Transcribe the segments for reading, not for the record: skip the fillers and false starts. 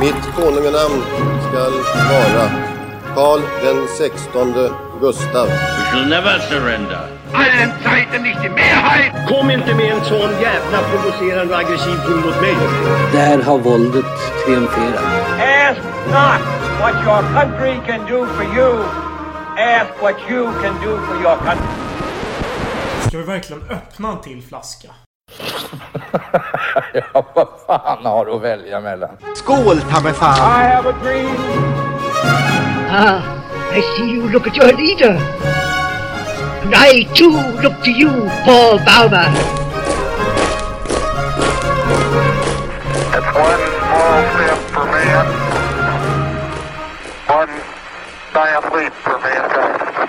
Mitt konunganamn skall vara Karl den 16 Gustav. We shall never surrender. Allen Zeiten nicht die Mehrheit! Kom inte med en sån jävla provocerande och aggressiv ton mot mig. Där har våldet triumferat. Ask not what your country can do for you. Ask what you can do for your country. Ska vi verkligen öppna en till flaska? Ja, vad fan har du att välja mellan? Skål, ta mig fan! I have a dream. I see you look at your leader. And I too look to you, Paul Bauma. It's one small step for man, one giant leap for mankind.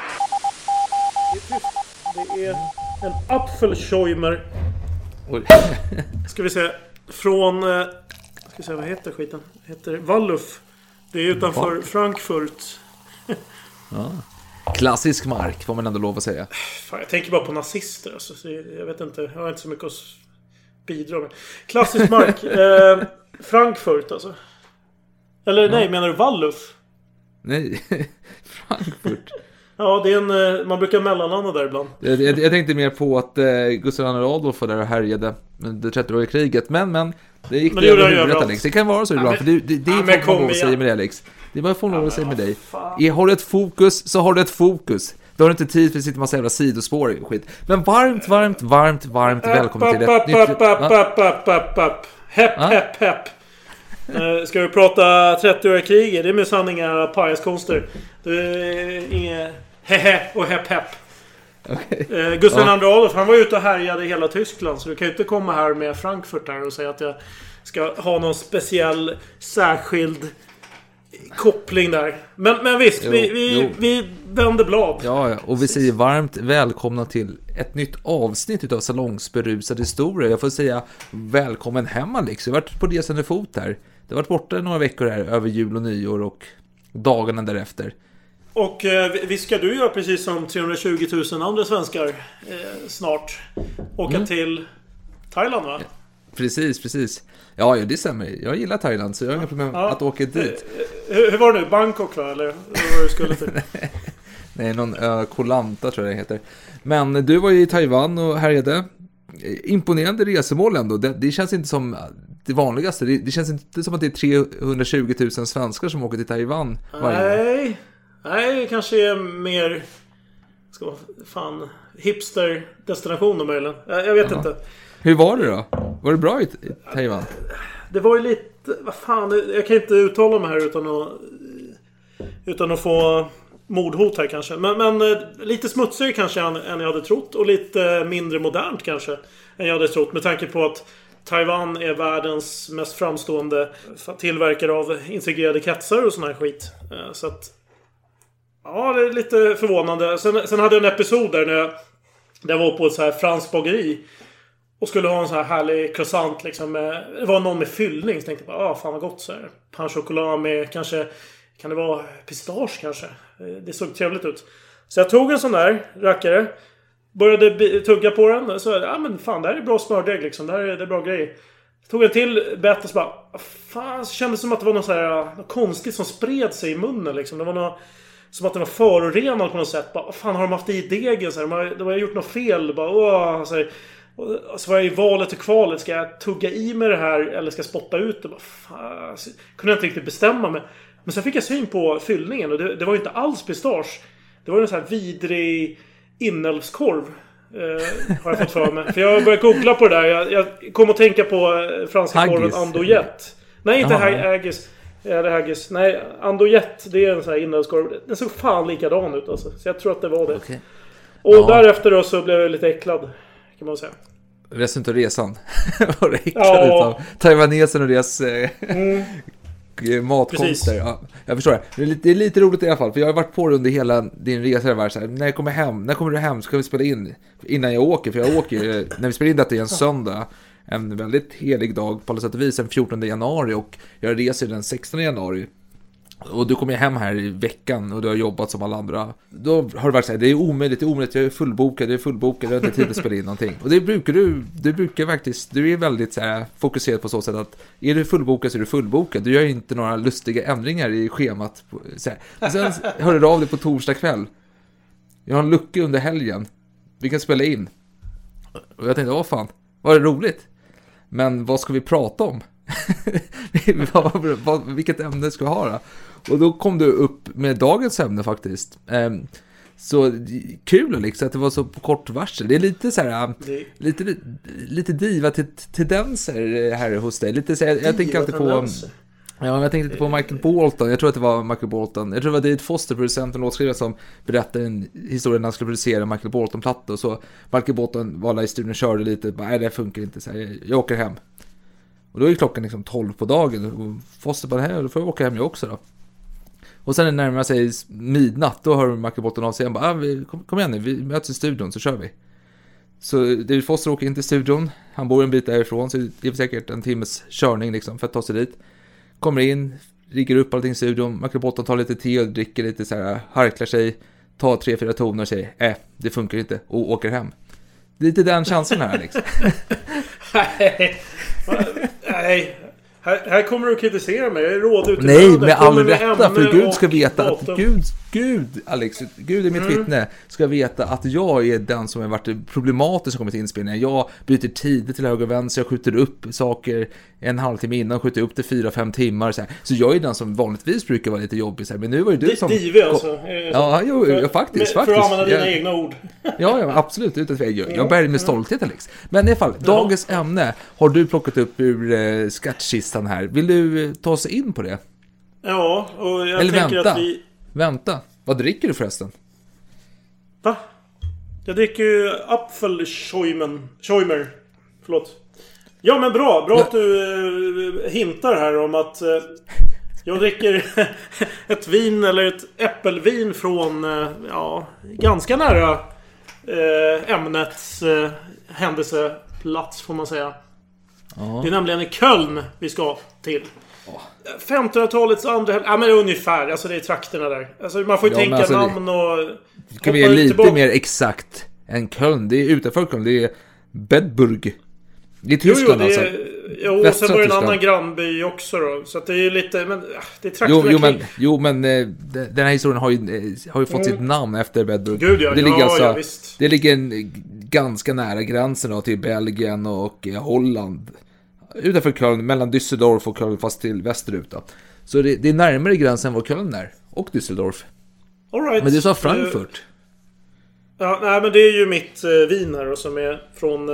Det är en Apfelschäumer. Ska vi se. Från... Ska vi se, vad heter skiten? Heter Walluf. Det är utanför Frankfurt. Ja. Klassisk mark, får man ändå lov att säga. Fan, jag tänker bara på nazister. Alltså, så jag vet inte. Jag har inte så mycket att bidra med. Klassisk mark. Frankfurt alltså. Eller nej, menar du Walluf? Nej, Frankfurt. Ja, det är en... Man brukar mellanlanda där ibland. Jag tänkte mer på att Gustav II Adolf var där och härjade det 30-åriga kriget. Men det gick det över huvudet, Alex. Det kan vara så ibland. För det är får man lov att säga med det, Alex. Det är bara får lov att säga med dig. Har du ett fokus så har du ett fokus. Då har du inte tid för att sitta massa jävla sidospår och skit. Men varmt välkommen till ett nytt... Hepp. Ska vi prata 30-åriga kriget? Det är med sanningar pajaskonster. Det är inget hehe och hepp. Okay. Gustav II Adolf, han var ute och härjade i hela Tyskland. Så du kan ju inte komma här med Frankfurt här och säga att jag ska ha någon speciell särskild koppling där. Men visst, vi vänder blad. Ja, och vi säger varmt välkomna till ett nytt avsnitt utav Salongsberusade historia. Jag får säga välkommen hem, Alex. Jag har varit på resande fot här. Det har varit borta några veckor här över jul och nyår och dagarna därefter. Och visst ska du göra precis som 320 000 andra svenskar snart. Åka till Thailand, va? Precis. Ja, det stämmer. Jag gillar Thailand, så jag har inga problem att åka dit. Hur var det nu? Bangkok, va? Eller vad du skulle till? Nej, någon Koh Lanta tror jag det heter. Men du var ju i Taiwan och härjade. Imponerande resemål ändå. Det känns inte som det vanligaste. Det känns inte som att det är 320 000 svenskar som åker till Taiwan varje. Nej, kanske är mer hipster-destination möjligen. Jag vet inte. Hur var det då? Var det bra i Taiwan? Det var ju lite... Vad fan, jag kan inte uttala mig här utan att få mordhot här kanske. Men lite smutsigare kanske än jag hade trott. Och lite mindre modernt kanske än jag hade trott. Med tanke på att Taiwan är världens mest framstående tillverkare av integrerade kretsar och sån här skit. Så att... Ja, det är lite förvånande. Sen hade jag en episod där när jag var på ett så här franskt bageri och skulle ha en så här härlig croissant liksom med, det var någon med fyllning, så tänkte jag fan vad gott så här. Pain chocolat med kanske, kan det vara pistage kanske? Det såg trevligt ut. Så jag tog en sån där rackare, började tugga på den, så men fan, det här är bra smördeg liksom, det här är bra grej. Tog en till bett och så bara fan, så kändes det som att det var något så här något konstigt som spred sig i munnen liksom. Det var något som att det var förorenad på något sätt. Bara, vad fan har de haft i degen? Så här, de har gjort något fel. Bara, så var jag i valet och kvalet. Ska jag tugga i med det här eller ska jag spotta ut det? Bara, fan, kunde jag inte riktigt bestämma mig. Men sen fick jag syn på fyllningen. Och det var ju inte alls pistage. Det var ju en sån här vidrig inälvskorv. Har jag fått för mig. För jag började googla på det där. Jag kom att tänka på franska korven Andouillette. Nej, inte haggis. Ja, det haggis. Nej, Andouillette, det är en sån här inälvskorv. Den såg fan likadan ut alltså. Så jag tror att det var det. Okay. Och därefter då så blev jag lite äcklad, kan man säga. Resten av resan var det äcklad utav taiwanesen och deras matkonster. Ja, jag förstår det. Det är lite roligt i alla fall. För jag har varit på under hela din resa där, så här, när kommer du hem? Ska vi spela in innan jag åker? För jag åker när vi spelar in detta är en söndag. En väldigt helig dag på alla sätt och vis, den 14 januari, och jag reser den 16 januari. och du kommer hem här i veckan och du har jobbat som alla andra, då har du varit så här, det är omöjligt, jag är fullbokad, jag har inte tid att spela in någonting. Och det brukar du brukar faktiskt, du är väldigt så här fokuserad på så sätt att är du fullbokad så är du fullbokad. Du gör inte några lustiga ändringar i schemat. Så här. Sen hör du av dig på torsdag kväll. Jag har en lucka under helgen. Vi kan spela in. Och jag tänkte, fan, vad är det roligt? Men vad ska vi prata om? Vilket ämne ska vi ha då? Och då kom du upp med dagens ämne faktiskt. Så kul liksom att det var så på kort varsel. Det är lite så här lite diva tendenser här hos dig. Lite så här, jag tänker alltid på jag tänkte lite på Michael Bolton. Jag tror att det var Michael Bolton. Jag tror att det var David Foster, producenten och låtskrivare, som berättade en historia när han skulle producera Michael Bolton-platta. Och så Michael Bolton var där i studion och körde lite. Nej, det funkar inte. Så här, jag åker hem. Och då är klockan liksom 12 på dagen. Och Foster bara, här, då får jag åka hem jag också då. Och sen när det närmar sig midnatt, då hör Michael Bolton av sig. Han bara, kom igen nu, vi möts i studion så kör vi. Så David Foster åker in till studion. Han bor en bit därifrån, så det är säkert en timmes körning liksom för att ta sig dit. Kommer in, riggar upp allting i studion. Michael Bolton tar lite te och dricker lite så här, harklar sig, tar 3-4 toner och säger, det funkar inte, och åker hem. Det är lite den känslan här liksom. Nej. Här kommer du att kritisera mig. Jag är råd ute. Nej, med all rätta. För Gud ska veta att Gud, Alex, Gud är mitt vittne, ska veta att jag är den som har varit problematisk som kommit till inspelningen. Jag byter tider till höger och vänster. Jag skjuter upp saker en halvtimme innan, skjuter upp till 4-5 timmar. Så jag är den som vanligtvis brukar vara lite jobbig. Men nu var det du som... Divig alltså. Ja, faktiskt. För att använda dina egna ord. Ja, absolut. Jag bär med stolthet, Alex. Men i alla fall, dagens ämne har du plockat upp ur skattkistan här. Vill du ta sig in på det? Ja, och jag tänker att vi... Vänta, vad dricker du förresten? Va? Jag dricker ju Apfelschäumer. Förlåt. Ja, men bra att du hintar här om att jag dricker ett vin eller ett äppelvin från ganska nära ämnets händelseplats får man säga. Ja. Det är nämligen i Köln vi ska till. 1500-talets andra men ungefär, alltså det är trakterna där. Alltså man får ju tänka alltså, namn och... Kan vi är lite mer exakt än Köln? Det är utanför Köln, det är Bedburg. Det är Tyskland alltså. Jo, och sen var det en annan grannby också då. Så att det är lite, men det är trakterna men den här historien har ju fått sitt namn efter Bedburg. Gud ja, det ligger alltså, visst. Det ligger ganska nära gränsen då, till Belgien och Holland. Utanför Köln, mellan Düsseldorf och Köln, fast till västerut då. Så det är närmare gränsen än vad Köln är. Och Düsseldorf. All right. Men du sa Frankfurt. Men det är ju mitt vin här då, som är från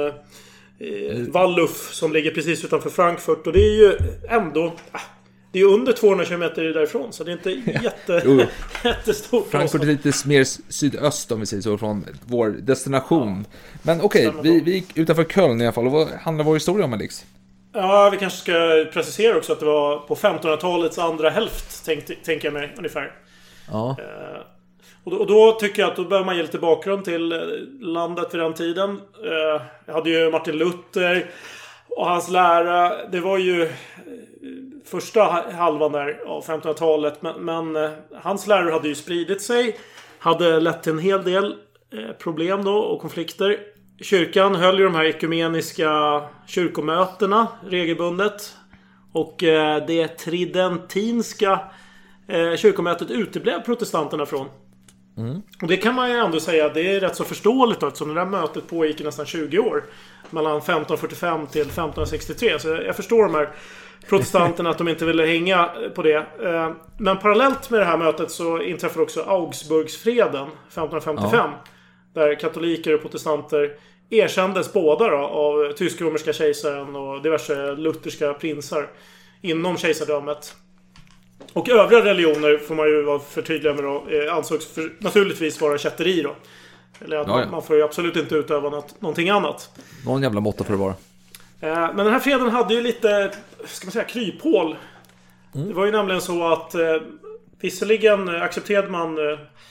Walluf, som ligger precis utanför Frankfurt. Och det är ju ändå... Det är under 200 km därifrån, så det är inte jättestort. Frankfurt är lite mer sydöst om vi säger så, från vår destination. Men okej, vi gick utanför Köln i alla fall. Och vad handlar vår historia om, Alex? Ja, vi kanske ska precisera också att det var på 1500-talets andra hälft, tänker jag mig ungefär. Ja. Och då tycker jag att då behöver man ge lite bakgrund till landet vid den tiden. Jag hade ju Martin Luther och hans lära. Det var ju första halvan där av 1500-talet. Men hans läror hade ju spridit sig. Hade lett till en hel del problem då och konflikter. Kyrkan höll ju de här ekumeniska kyrkomötena regelbundet. Och det tridentinska kyrkomötet uteblev protestanterna från. Och det kan man ju ändå säga, det är rätt så förståeligt eftersom det där mötet pågick i nästan 20 år. Mellan 1545 till 1563. Så jag förstår de här protestanterna att de inte ville hänga på det. Men parallellt med det här mötet så inträffade också Augsburgsfreden 1555. Ja. Där katoliker och protestanter erkändes båda då, av tysk-romerska kejsaren och diverse lutherska prinsar inom kejsardömet. Och övriga religioner får man ju vara förtydliga med då, ansågs naturligtvis vara kätteri då. Eller att man får ju absolut inte utöva någonting annat. Någon jävla måtta för det vara. Men den här freden hade ju lite, ska man säga, kryphål. Det var ju nämligen så att visserligen accepterade man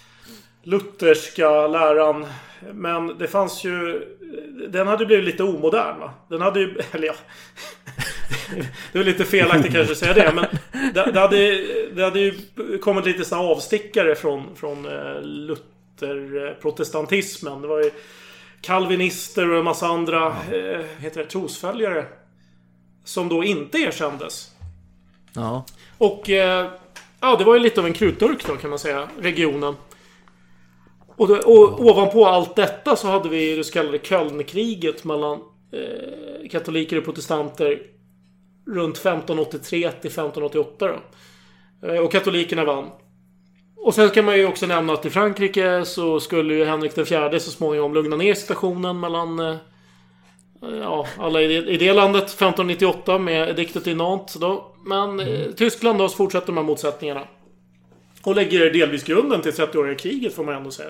lutherska läran, men det fanns ju, den hade blivit lite omodern va? Den hade ju, eller ja, Det är lite felaktigt kanske att säga det. Men det hade ju kommit lite såna avstickare från Luther-protestantismen. Det var ju kalvinister och en massa andra trosföljare som då inte erkändes. Ja. Och det var ju lite av en krutdurk då, kan man säga, regionen. Och ovanpå allt detta så hade vi det så kallade Kölnkriget mellan katoliker och protestanter runt 1583 till 1588 då. Och katolikerna vann. Och sen kan man ju också nämna att i Frankrike så skulle ju Henrik den fjärde så småningom lugna ner situationen mellan alla i det landet 1598 med ediktet i Nantes då. Men Tyskland då så fortsätter de här motsättningarna. Och lägger delvis grunden till 30-åriga kriget, får man ändå säga.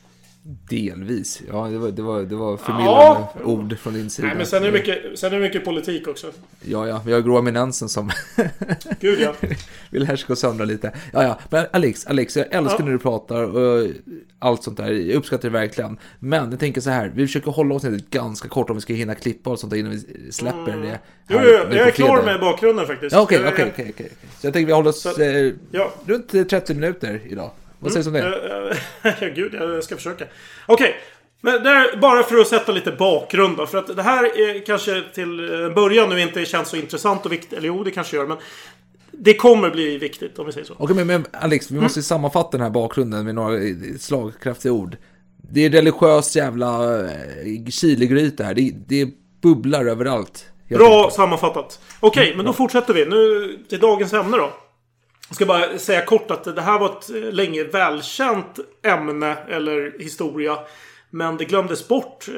Delvis. Ja, det var förmildrande ord från din sida. Nej, men sen är det mycket politik också. Ja, vi har grå eminensen som Gud, ja. vill härska och söndra lite. Ja, men Alex, jag älskar när du pratar och allt sånt där. Jag uppskattar det verkligen. Men jag tänker så här, vi försöker hålla oss ganska kort om vi ska hinna klippa och sånt där innan vi släpper det. Jo, jag är klar med bakgrunden faktiskt. Ja, okej. Så jag tänker vi håller oss runt 30 minuter idag. Vad sägs om det? Gud, jag ska försöka. Okej. Men där, bara för att sätta lite bakgrund då, för att det här är kanske till början nu inte känns så intressant och viktigt, eller jo, det kanske gör, men det kommer bli viktigt om vi säger så. Okej, men Alex, vi måste sammanfatta den här bakgrunden med några slagkraftiga ord. Det är religiös jävla chiligryta här. Det bubblar överallt. Bra sammanfattat. Okej, men då fortsätter vi. Nu till dagens ämne då. Jag ska bara säga kort att det här var ett länge välkänt ämne eller historia. Men det glömdes bort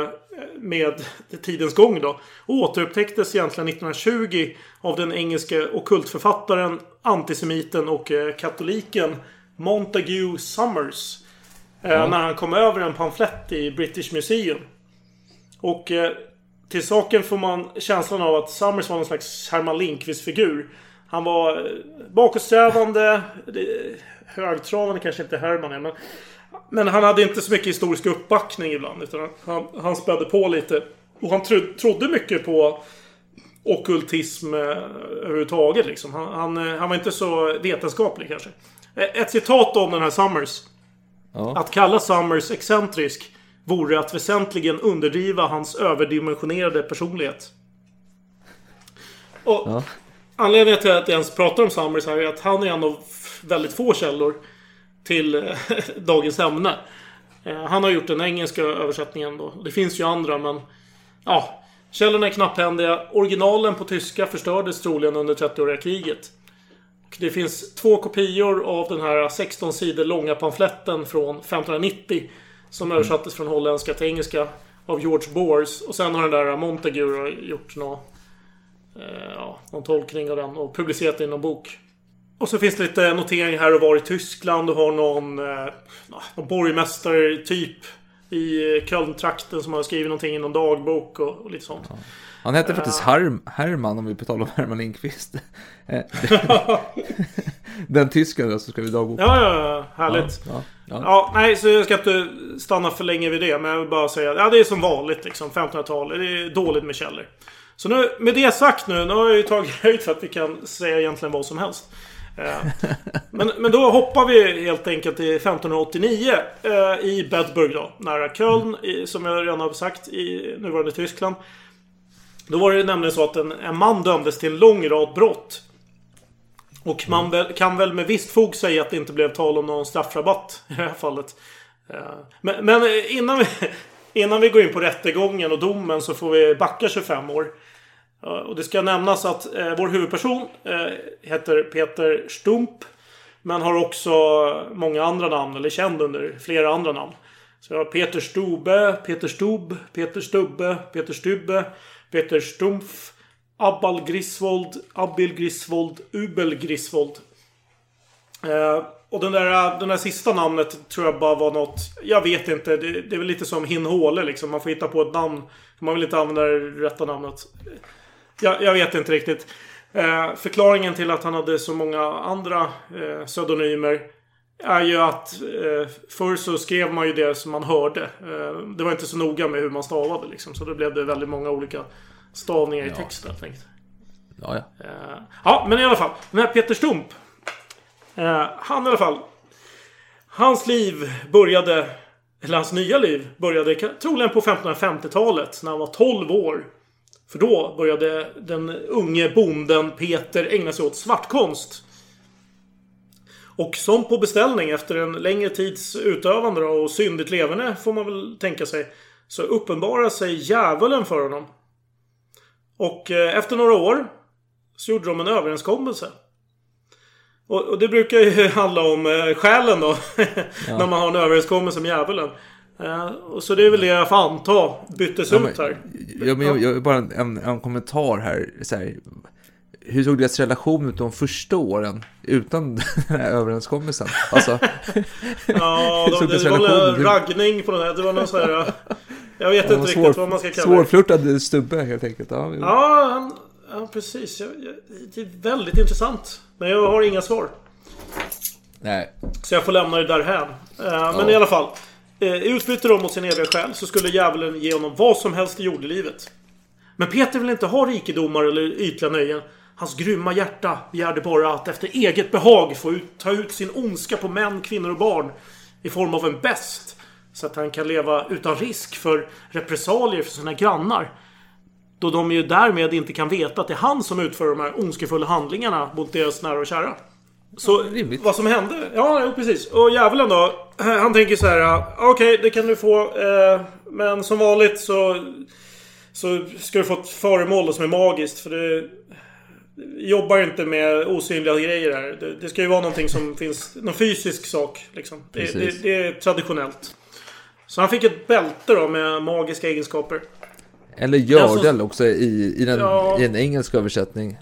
med tidens gång då. Och återupptäcktes egentligen 1920 av den engelska ockultförfattaren, antisemiten och katoliken Montague Summers. När han kom över en pamflett i British Museum. Och till saken får man känslan av att Summers var någon slags Herman Lindqvist-figur. Han var bakåtsträvande, högtravande kanske inte Herman är, men han hade inte så mycket historisk uppbackning ibland, utan han spädde på lite. Och han trodde mycket på ockultism överhuvudtaget liksom. Han var inte så vetenskaplig kanske. Ett citat om den här Summers. Ja. Att kalla Summers excentrisk vore att väsentligen underdriva hans överdimensionerade personlighet. Och anledningen till att jag ens pratar om Summers här är att han är en av väldigt få källor till dagens ämne. Han har gjort den engelska översättningen då. Det finns ju andra, men källorna är knapphändiga. Originalen på tyska förstördes troligen under 30-åriga kriget. Och det finns 2 kopior av den här 16 sidor långa pamfletten från 1590 som översattes från holländska till engelska av George Boers. Och sen har den där Montague gjort någon tolkning av den och publicerat i någon bok. Och så finns det lite notering här och var i Tyskland. Du har någon borgmästare typ i Köln-trakten som har skrivit någonting i någon dagbok och lite sånt. Ja. Han hette faktiskt Herman, om vi på tal om Herman Lindqvist. Den tysken då, så ska vi dagbok. Ja, härligt. Nej, så jag ska inte stanna för länge vid det, men jag vill bara säga det är som vanligt liksom, 1500-tal. Det är dåligt med källor. Så nu, med det sagt nu har jag ju tagit höjd för att vi kan säga egentligen vad som helst. Men då hoppar vi helt enkelt till 1589 i Bedburg då, nära Köln, som jag redan har sagt, i nuvarande Tyskland. Då var det nämligen så att en man dömdes till en lång rad brott. Och man kan väl med visst fog säga att det inte blev tal om någon straffrabatt i det här fallet. Men innan vi går in på rättegången och domen så får vi backa 25 år. Och det ska nämnas att vår huvudperson heter Peter Stump, men har också många andra namn, eller känd under flera andra namn. Så jag har Peter Stube, Peter Stub, Peter Stubbe, Peter Stubbe, Peter Stumpf, Abel Griswold, Ubel Griswold. Och den där sista namnet tror jag bara var något, jag vet inte, det är väl lite som Hinhåle liksom. Man får hitta på ett namn, man vill inte använda det rätta namnet. Jag vet inte riktigt. Förklaringen till att han hade så många andra pseudonymer är ju att förr så skrev man ju det som man hörde. Det var inte så noga med hur man stavade liksom, så då blev det väldigt många olika stavningar i texten helt enkelt. Ja, men i alla fall. Den här Peter Stump. Han i alla fall. Hans liv började... Eller hans nya liv började troligen på 1550-talet. När han var 12 år. För då började den unge bonden Peter ägna sig åt svartkonst. Och som på beställning efter en längre tids utövande och syndigt leverne får man väl tänka sig. Så uppenbarar sig djävulen för honom. Och efter några år så gjorde de en överenskommelse. Och det brukar ju handla om själen då. När man har en överenskommelse med djävulen. Och så det är väl det jag får anta byttes ut här. Jag bara en kommentar här. Så här. Hur såg deras relation ut de första åren utan den här överenskommelsen? Alltså, det var en raggning på den här. Det var någon så här... Jag vet inte riktigt vad man ska kalla det. Svårflörtad stubbe helt enkelt. Ja, precis. Det är väldigt intressant. Men jag har inga svar. Nej. Så jag får lämna det därhän. Men i alla fall. I utbyte då mot sin eviga själ så skulle djävulen ge honom vad som helst i jordelivet. Men Peter vill inte ha rikedomar eller ytliga nöjen. Hans grymma hjärta begärde bara att efter eget behag få ta ut sin ondska på män, kvinnor och barn i form av en bäst. Så att han kan leva utan risk för repressalier för sina grannar. Då de ju därmed inte kan veta att det är han som utför de här ondskefulla handlingarna mot deras nära och kära. Så vad som hände? Ja, precis. Och djävulen då, han tänker så här: okej, det kan du få. Men som vanligt så ska du få ett föremål som är magiskt. För det jobbar inte med osynliga grejer här. Det ska ju vara någonting som finns, någon fysisk sak liksom. Det är traditionellt. Så han fick ett bälte då med magiska egenskaper. Eller gördel också i en engelsk översättning.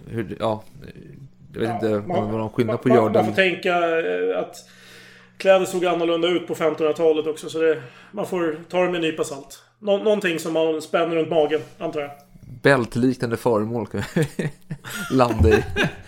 Jag vet inte vad de skillnad på gördel. Man får tänka att kläder såg annorlunda ut på 1500-talet också. Så man får ta det med en nypa salt. Någonting som man spänner runt magen, antar jag. Bältliknande föremål kan landa i.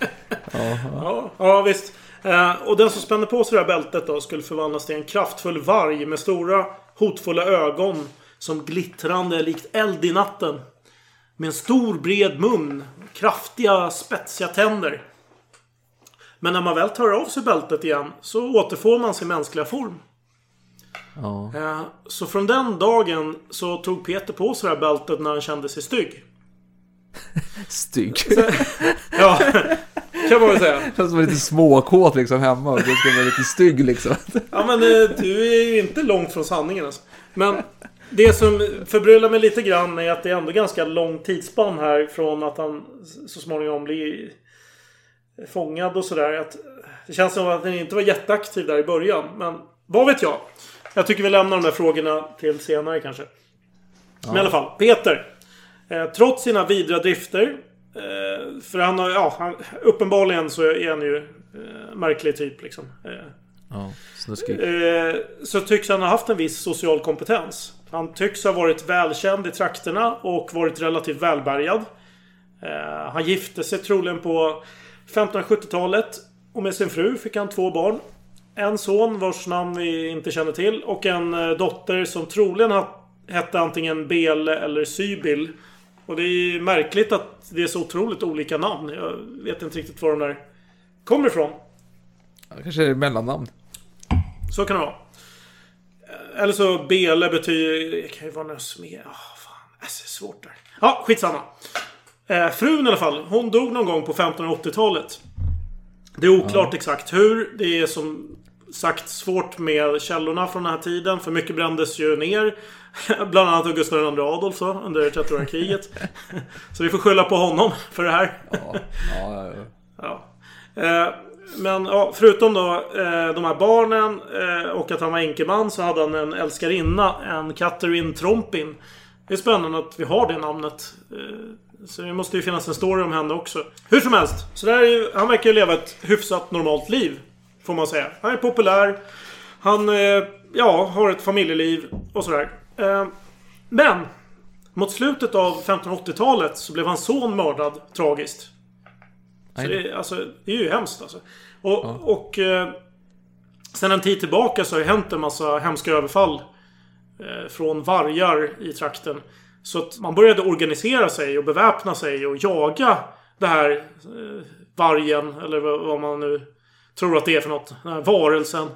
Ja, visst. Och den som spände på sig det här bältet då skulle förvandlas till en kraftfull varg med stora hotfulla ögon som glittrande likt eld i natten. Med en stor bred mun, kraftiga spetsiga tänder. Men när man väl tar av sig bältet igen så återfår man sin mänskliga form. Så från den dagen så tog Peter på sig det här bältet när han kände sig stygg. Stygg? Ja, kan man väl säga. Det var lite småkåt liksom hemma och det ska vara lite stygg liksom. Ja, men du är ju inte långt från sanningen alltså. Men det som förbryllar mig lite grann är att det är ändå ganska lång tidsspann här från att han så småningom blir fångad och sådär. Att det känns som att han inte var jätteaktiv där i början. Men vad vet jag? Jag tycker vi lämnar de här frågorna till senare kanske. Men i alla fall, Peter. Trots sina vidriga drifter. För han har, uppenbarligen så är han ju märklig typ liksom. Så tycks han ha haft en viss social kompetens. Han tycks ha varit välkänd i trakterna och varit relativt välbärgad. Han gifte sig troligen på 1570-talet och med sin fru fick han 2 barn. En son vars namn vi inte känner till och en dotter som troligen hette antingen Bele eller Sybil. Och det är märkligt att det är så otroligt olika namn. Jag vet inte riktigt var de där kommer ifrån. Kanske är det mellannamn. Så kan det vara. Eller så Bele betyder... Det kan ju vara något smed. Det är svårt där. Ja, skitsamma. Frun i alla fall. Hon dog någon gång på 1580-talet. Det är oklart exakt hur. Det är som sagt svårt med källorna från den här tiden. För mycket brändes ju ner. Bland annat av Gustav II Adolf så, under 30-åriga kriget. Så vi får skylla på honom för det här. Men förutom då de här barnen och att han var enkeman så hade han en älskarinna, en Catherine Trompin. Det är spännande att vi har det namnet. Så det måste ju finnas en story om henne också. Hur som helst, så där är han verkar ju leva ett hyfsat normalt liv, får man säga. Han är populär. Han har ett familjeliv och sådär. Men mot slutet av 1580-talet så blev hans son mördad tragiskt. Så det är ju hemskt alltså. Och sen en tid tillbaka så har det hänt en massa hemska överfall från vargar i trakten. Så att man började organisera sig och beväpna sig och jaga det här vargen, eller vad man nu tror att det är för något, den här varelsen.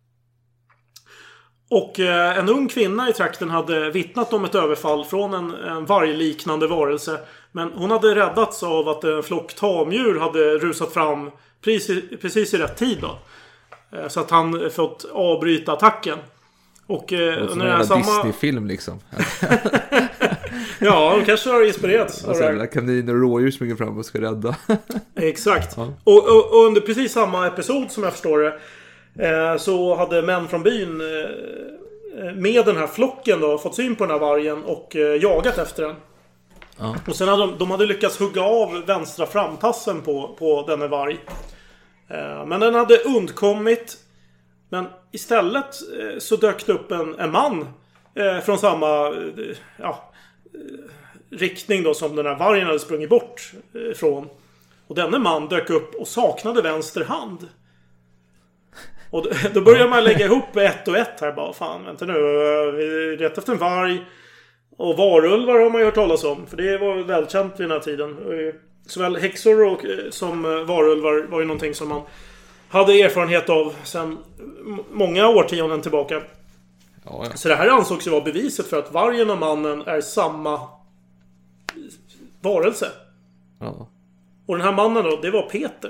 Och en ung kvinna i trakten hade vittnat om ett överfall från en vargliknande varelse. Men hon hade räddats av att en flock tamdjur hade rusat fram precis i rätt tid då. Så att han fått avbryta attacken. Och när det är samma Disney-film liksom. Ja, de kanske har inspirerats av det här. Kaniner och rådjur springer fram och ska rädda. Exakt. Ja. Och under precis samma episod som jag förstår det, så hade män från byn med den här flocken då fått syn på den här vargen och jagat efter den. Ja. Och sen hade de hade lyckats hugga av vänstra framtassen på denna varg. Men den hade undkommit. Men istället så dök det upp en man från samma riktning då som den här vargen hade sprungit bort från. Och denne man dök upp och saknade vänster hand. Och då börjar man lägga ihop ett och ett här. Bara, fan, vänta nu. Vi är rätt efter en varg. Och varulvar har man ju hört talas om. För det var välkänt vid den här tiden. Såväl häxor som varulvar var ju någonting som man hade erfarenhet av sedan många årtionden tillbaka. Ja, ja. Så det här ansågs ju vara beviset för att vargen och mannen är samma varelse. Ja. Och den här mannen då, det var Peter.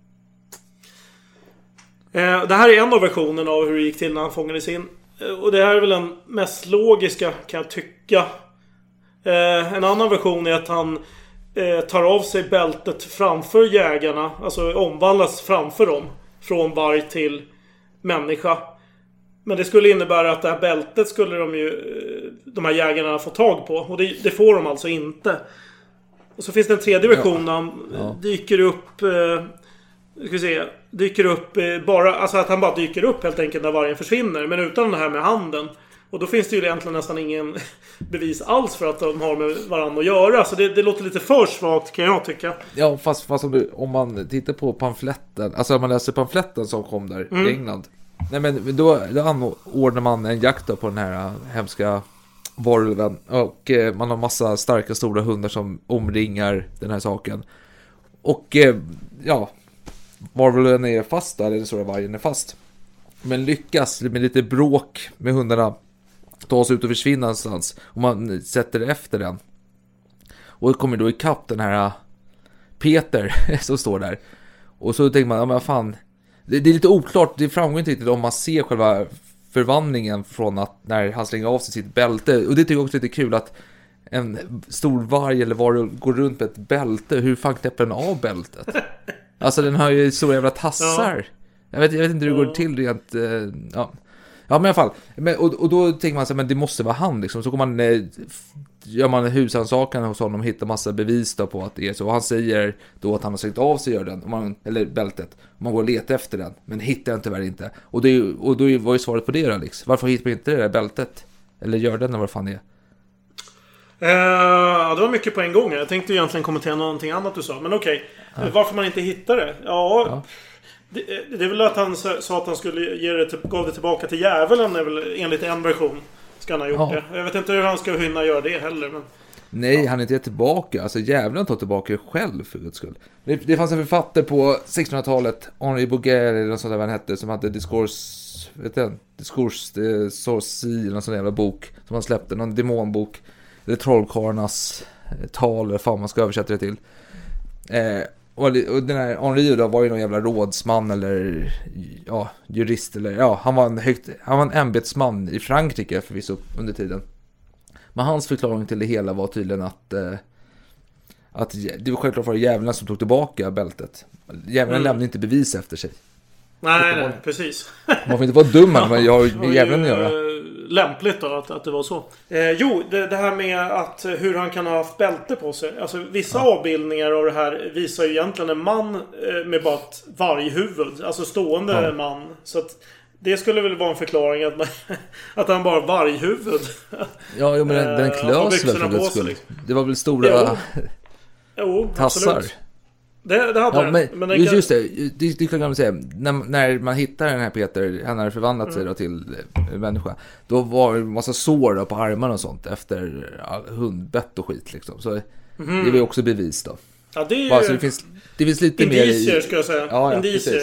Det här är en av versionerna av hur det gick till när han fångades in. Och det här är väl den mest logiska, kan jag tycka. En annan version är att han tar av sig bältet framför jägarna. Alltså omvandlas framför dem. Från varg till människa. Men det skulle innebära att det här bältet skulle de här jägarna få tag på. Och det får de alltså inte. Och så finns det en tredje version. Han dyker upp... dyker upp bara, alltså att han bara dyker upp helt enkelt när vargen försvinner, men utan det här med handen. Och då finns det ju egentligen nästan ingen bevis alls för att de har med varandra att göra. Så det låter lite för svagt, kan jag tycka. Ja, fast om man tittar på pamfletten, alltså om man läser pamfletten som kom där i England. Nej, men då anordnar man en jakt på den här hemska varulven. Och man har massa starka stora hundar som omringar den här saken. Och varulven är fast där, den stora vargen är fast. Men lyckas med lite bråk med hundarna ta sig ut och försvinna någonstans. Och man sätter efter den. Och det kommer då ikapp den här Peter som står där. Och så tänker man, ja men fan. Det är lite oklart, det framgår inte riktigt om man ser själva förvandlingen från att när han slänger av sig sitt bälte. Och det tycker jag också är lite kul att en stor varg eller varulv går runt med ett bälte. Hur fan knäpper den av bältet? Alltså den har ju stora jävla tassar. Ja. Jag vet inte hur det går till rent. Ja men i alla fall. Och då tänker man så här, men det måste vara han liksom. Så kommer man, gör man husrannsakan hos honom och hittar massa bevis då på att det är så. Och han säger då att han har slängt av sig eller bältet. Man går och letar efter den. Men hittar den tyvärr inte. Och då var ju svaret på det då liksom. Varför hittar man inte det där bältet? Eller gör den, eller vad fan det är? Det var mycket på en gång. Jag tänkte egentligen kommentera någonting annat du sa. Men okej. Varför man inte hittar det? Ja. Det är väl att han sa att han skulle gav det tillbaka till djävulen. Är väl enligt en version ska han ha gjort det. Jag vet inte hur han ska hinna göra det heller. Men... Nej, han är inte tillbaka. Alltså djävulen tar tillbaka det själv för Guds skull. Det fanns en författare på 1600-talet, Henri Bouguer eller något sånt där vad han hette, som hade Discours Sorci eller någon sån jävla bok som han släppte, någon demonbok. Eller trollkarlarnas tal, eller fan man ska översätta det till. Och den här Henri då var ju någon jävla rådsman eller jurist eller han var en ämbetsman i Frankrike förvisso under tiden. Men hans förklaring till det hela var tydligen att det var självklart för djävulen som tog tillbaka bältet. Djävulen lämnade inte bevis efter sig. Nej, precis. Man får inte vara dum, men jag har med djävulen att göra. Lämpligt då att det var så. Det här med att hur han kan ha haft bälte på sig. Alltså vissa avbildningar av det här visar ju egentligen en man med bara ett varghuvud. Alltså stående man. Så att det skulle väl vara en förklaring att han bara har varghuvud. Ja, men den klös väl för Guds skull. Liksom. Det var väl stora tassar. Absolut. Det hade men just det kan man säga. När man hittar den här Peter, han har förvandlat sig då till människa. Då var det en massa sår på armarna och sånt efter hundbett och skit liksom. Så det var ju också bevis då. Ja, det är ju... Alltså, det finns lite indicier, mer i... ska jag säga. Ja, indicier.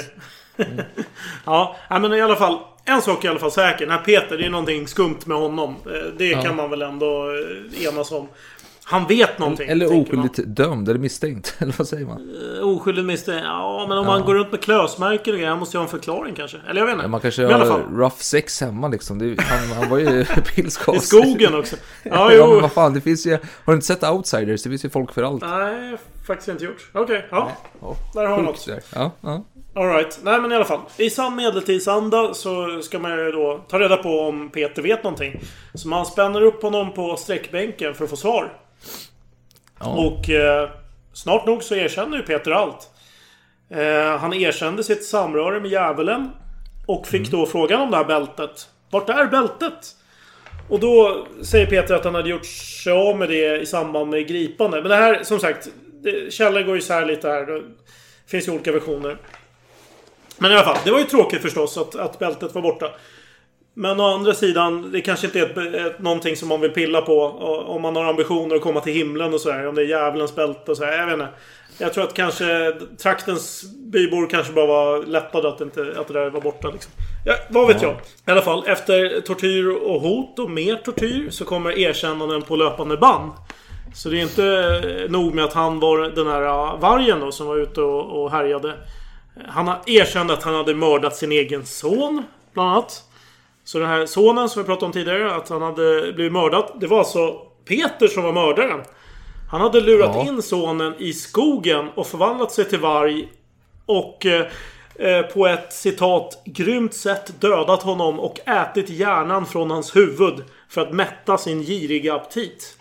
Ja, men i alla fall... En sak är i alla fall säker. Den här Peter, det är någonting skumt med honom. Det kan man väl ändå enas om. Han vet någonting. Eller oskyldigt dömd, eller misstänkt. Eller vad säger man? Oskyldigt misstänkt. Ja, men om man går runt med klösmärken och grejer, måste jag ha en förklaring kanske. Eller jag vet inte. Man kanske har rough sex hemma liksom. Han var ju pilskast. I skogen också. Ja, men vad fan, det finns ju... Har du inte sett Outsiders? Det finns ju folk för allt. Nej, faktiskt inte gjort. Okej, där har vi något. Ja. All right. Nej, men i alla fall. I sann medeltidsanda så ska man ju då ta reda på om Peter vet någonting. Så man spänner upp honom på sträckbänken för att få svar. Ja. Och snart nog så erkänner ju Peter allt. Han erkände sitt samröre med djävulen och fick då frågan om det här bältet. Vart är bältet? Och då säger Peter att han hade gjort sig av med det i samband med gripande. Men det här, som sagt, källor går ju så här lite här. Det finns ju olika versioner. Men i alla fall, det var ju tråkigt förstås att bältet var borta. Men å andra sidan, det kanske inte är någonting som man vill pilla på om man har ambitioner att komma till himlen och så här. Om det är djävulens bälte och så här, jag vet inte. Jag tror att kanske traktens bybor kanske bara var lättade att det där var borta liksom. Ja, vad vet jag. I alla fall, efter tortyr och hot och mer tortyr så kommer erkännanden på löpande band. Så det är inte nog med att han var den här vargen då som var ute och härjade. Han har erkänt att han hade mördat sin egen son, bland annat. Så den här sonen som vi pratade om tidigare, att han hade blivit mördad, det var alltså Peter som var mördaren. Han hade lurat in sonen i skogen och förvandlat sig till varg och på ett citat grymt sätt dödat honom och ätit hjärnan från hans huvud för att mätta sin giriga aptit.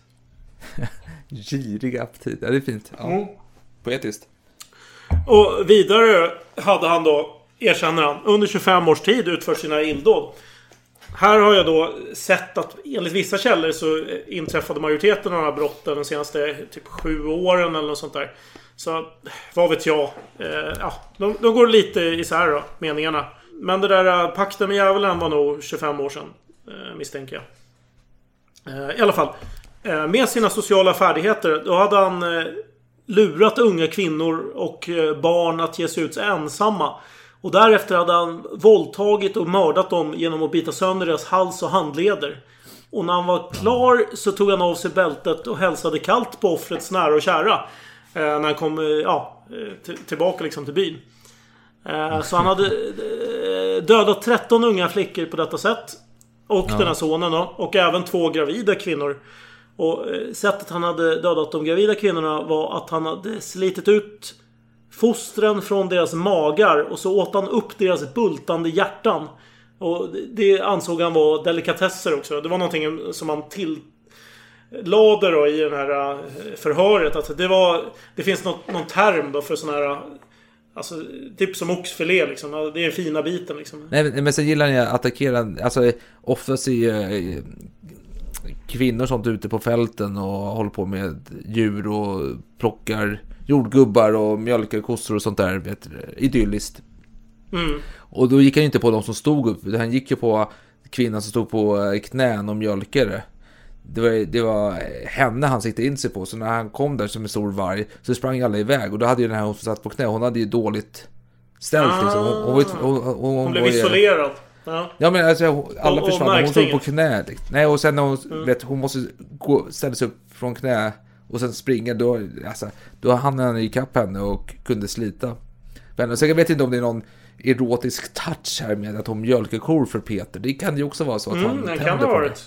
Giriga aptit, ja, det är fint. Ja. Poetiskt. Och vidare hade han då, erkänner han, under 25 års tid utfört sina illdåd. Här har jag då sett att enligt vissa källor så inträffade majoriteten av de här brotten de senaste typ 7 åren eller något sånt där. Så vad vet jag. De går lite isär då, meningarna. Men det där pakten med djävulen var nog 25 år sedan, misstänker jag. I alla fall, med sina sociala färdigheter, då hade han lurat unga kvinnor och barn att ge sig ut ensamma. Och därefter hade han våldtagit och mördat dem genom att bita sönder deras hals och handleder. Och när han var klar så tog han av sig bältet och hälsade kallt på offrets nära och kära. När han kom tillbaka liksom till byn. Så han hade dödat 13 unga flickor på detta sätt. Och den här sonen då. Och även 2 gravida kvinnor. Och sättet han hade dödat de gravida kvinnorna var att han hade slitit ut fostren från deras magar och så åt han upp deras bultande hjärtan. Och det ansåg han var delikatesser också. Det var någonting som han tillade då i den här förhöret. Att det finns någon term då för sån här, alltså typ som oxfilé liksom. Det är den fina biten liksom. Nej, men sen gillar ni att attackera, alltså oftast är kvinnor sånt ute på fälten och håller på med djur och plockar jordgubbar och mjölkar kossor och sånt där, vet, idylliskt. Och då gick han inte på de som stod upp. Han gick ju på kvinnan som stod på knän och mjölkade. Det var henne han siktade in sig på. Så när han kom där som en stor varg så sprang alla iväg. Och då hade ju den här hon som satt på knä, hon hade ju dåligt ställt liksom. Hon blev isolerad. Ja, men alltså, alla försvann. Hon stod på knä. Nej, och sen när hon hon måste ställa sig upp från knä och sen springa, då hamnade han i kapp henne och kunde slita. Men så jag vet inte om det är någon erotisk touch här med att hon mjölkar kor för Peter. Det kan ju också vara så att han kan ha varit.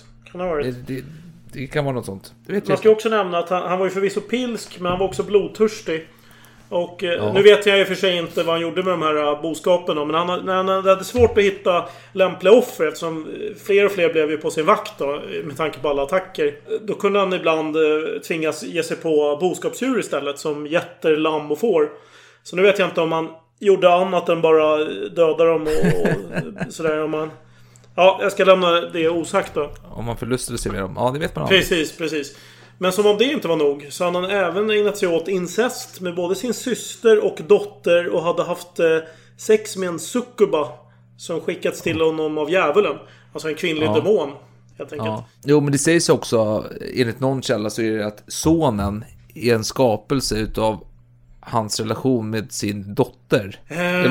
Det kan vara något sånt. Man ska också nämna att han var ju förvisso pilsk, men han var också blodtörstig. Och nu vet jag i och för sig inte vad han gjorde med de här boskapen, men han hade svårt att hitta lämpliga offer eftersom fler och fler blev ju på sin vakt då, med tanke på alla attacker. Då kunde han ibland tvingas ge sig på boskapsdjur istället, som getter, lamm och får. Så nu vet jag inte om han gjorde annat än bara döda dem och sådär. Om man... Ja, jag ska lämna det osagt då. Om man förlustade sig med dem. Ja, det vet man. Precis. Men som om det inte var nog så hade han även ägnat sig åt incest med både sin syster och dotter och hade haft sex med en suckuba som skickats till honom av djävulen. Alltså en kvinnlig demon, helt enkelt. Ja. Jo, men det sägs också, enligt någon källa så är det att sonen är en skapelse utav hans relation med sin dotter. Jag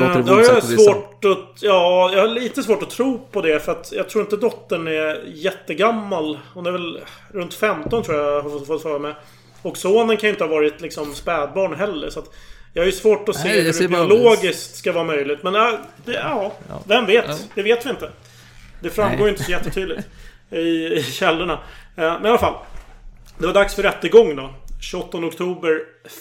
har lite svårt att tro på det, för att jag tror inte dottern är jättegammal. Hon är väl runt 15 tror jag har fått för mig. Och sonen kan ju inte ha varit liksom spädbarn heller, så att jag har ju svårt att se hur det biologiskt ska vara möjligt. Men vem vet? Det vet vi inte. Det framgår ju inte så jättetydligt i källorna. Men i alla fall, det var dags för rättegång då. 28 oktober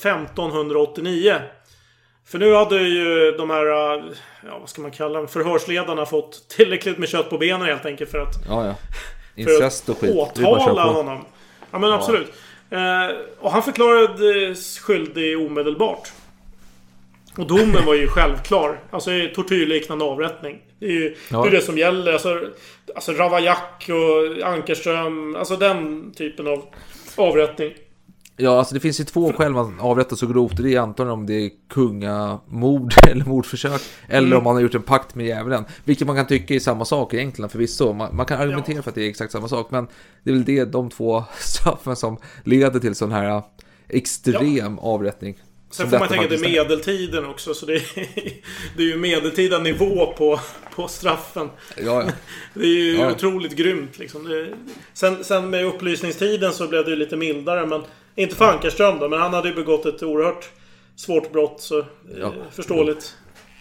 1589. För nu hade ju de här, vad ska man kalla dem, förhörsledarna fått tillräckligt med kött på benen helt enkelt för att incest och skit. Åtala honom. Ja, men absolut. Och han förklarades skyldig omedelbart. Och domen var ju självklar. Alltså tortyrliknande avrättning. Det är ju det som gäller. Alltså Ravaillac och Ankerström. Alltså den typen av avrättning. Ja, alltså det finns ju två skäl man avrättar så grovt. Det är antagligen om det är kungamord eller mordförsök. Eller om man har gjort en pakt med djävulen. Vilket man kan tycka är samma sak egentligen förvisso. Man kan argumentera för att det är exakt samma sak. Men det är väl de två straffen som leder till sån här extrem avrättning. Sen får man tänka att det är medeltiden också. Så det är ju medeltida nivå på straffen. Ja. Det är ju otroligt grymt liksom. Sen med upplysningstiden så blev det ju lite mildare. Men inte för Ankerström då. Men han hade ju begått ett oerhört svårt brott. Så förståeligt.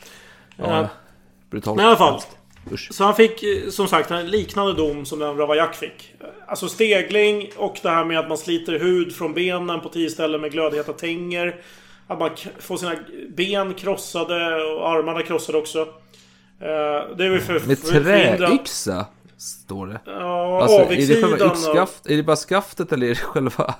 Brutalt. Men i alla fall. Så han fick som sagt en liknande dom som den Ravaillac fick. Alltså stegling och det här med att man sliter hud från benen på 10 ställen med glödheta tänger. Att man får sina ben krossade och armarna krossade också. Det är väl för med träyxa står det. Ja, alltså, avigsidan. Är det bara skaftet eller är det själva...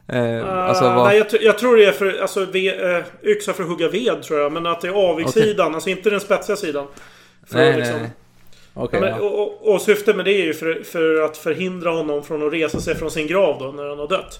Nej, jag tror det är för yxa för att hugga ved tror jag. Men att det är avigsidan, alltså inte den spetsiga sidan. Nej. Okay, och syftet med det är ju för att förhindra honom från att resa sig från sin grav då, när han har dött.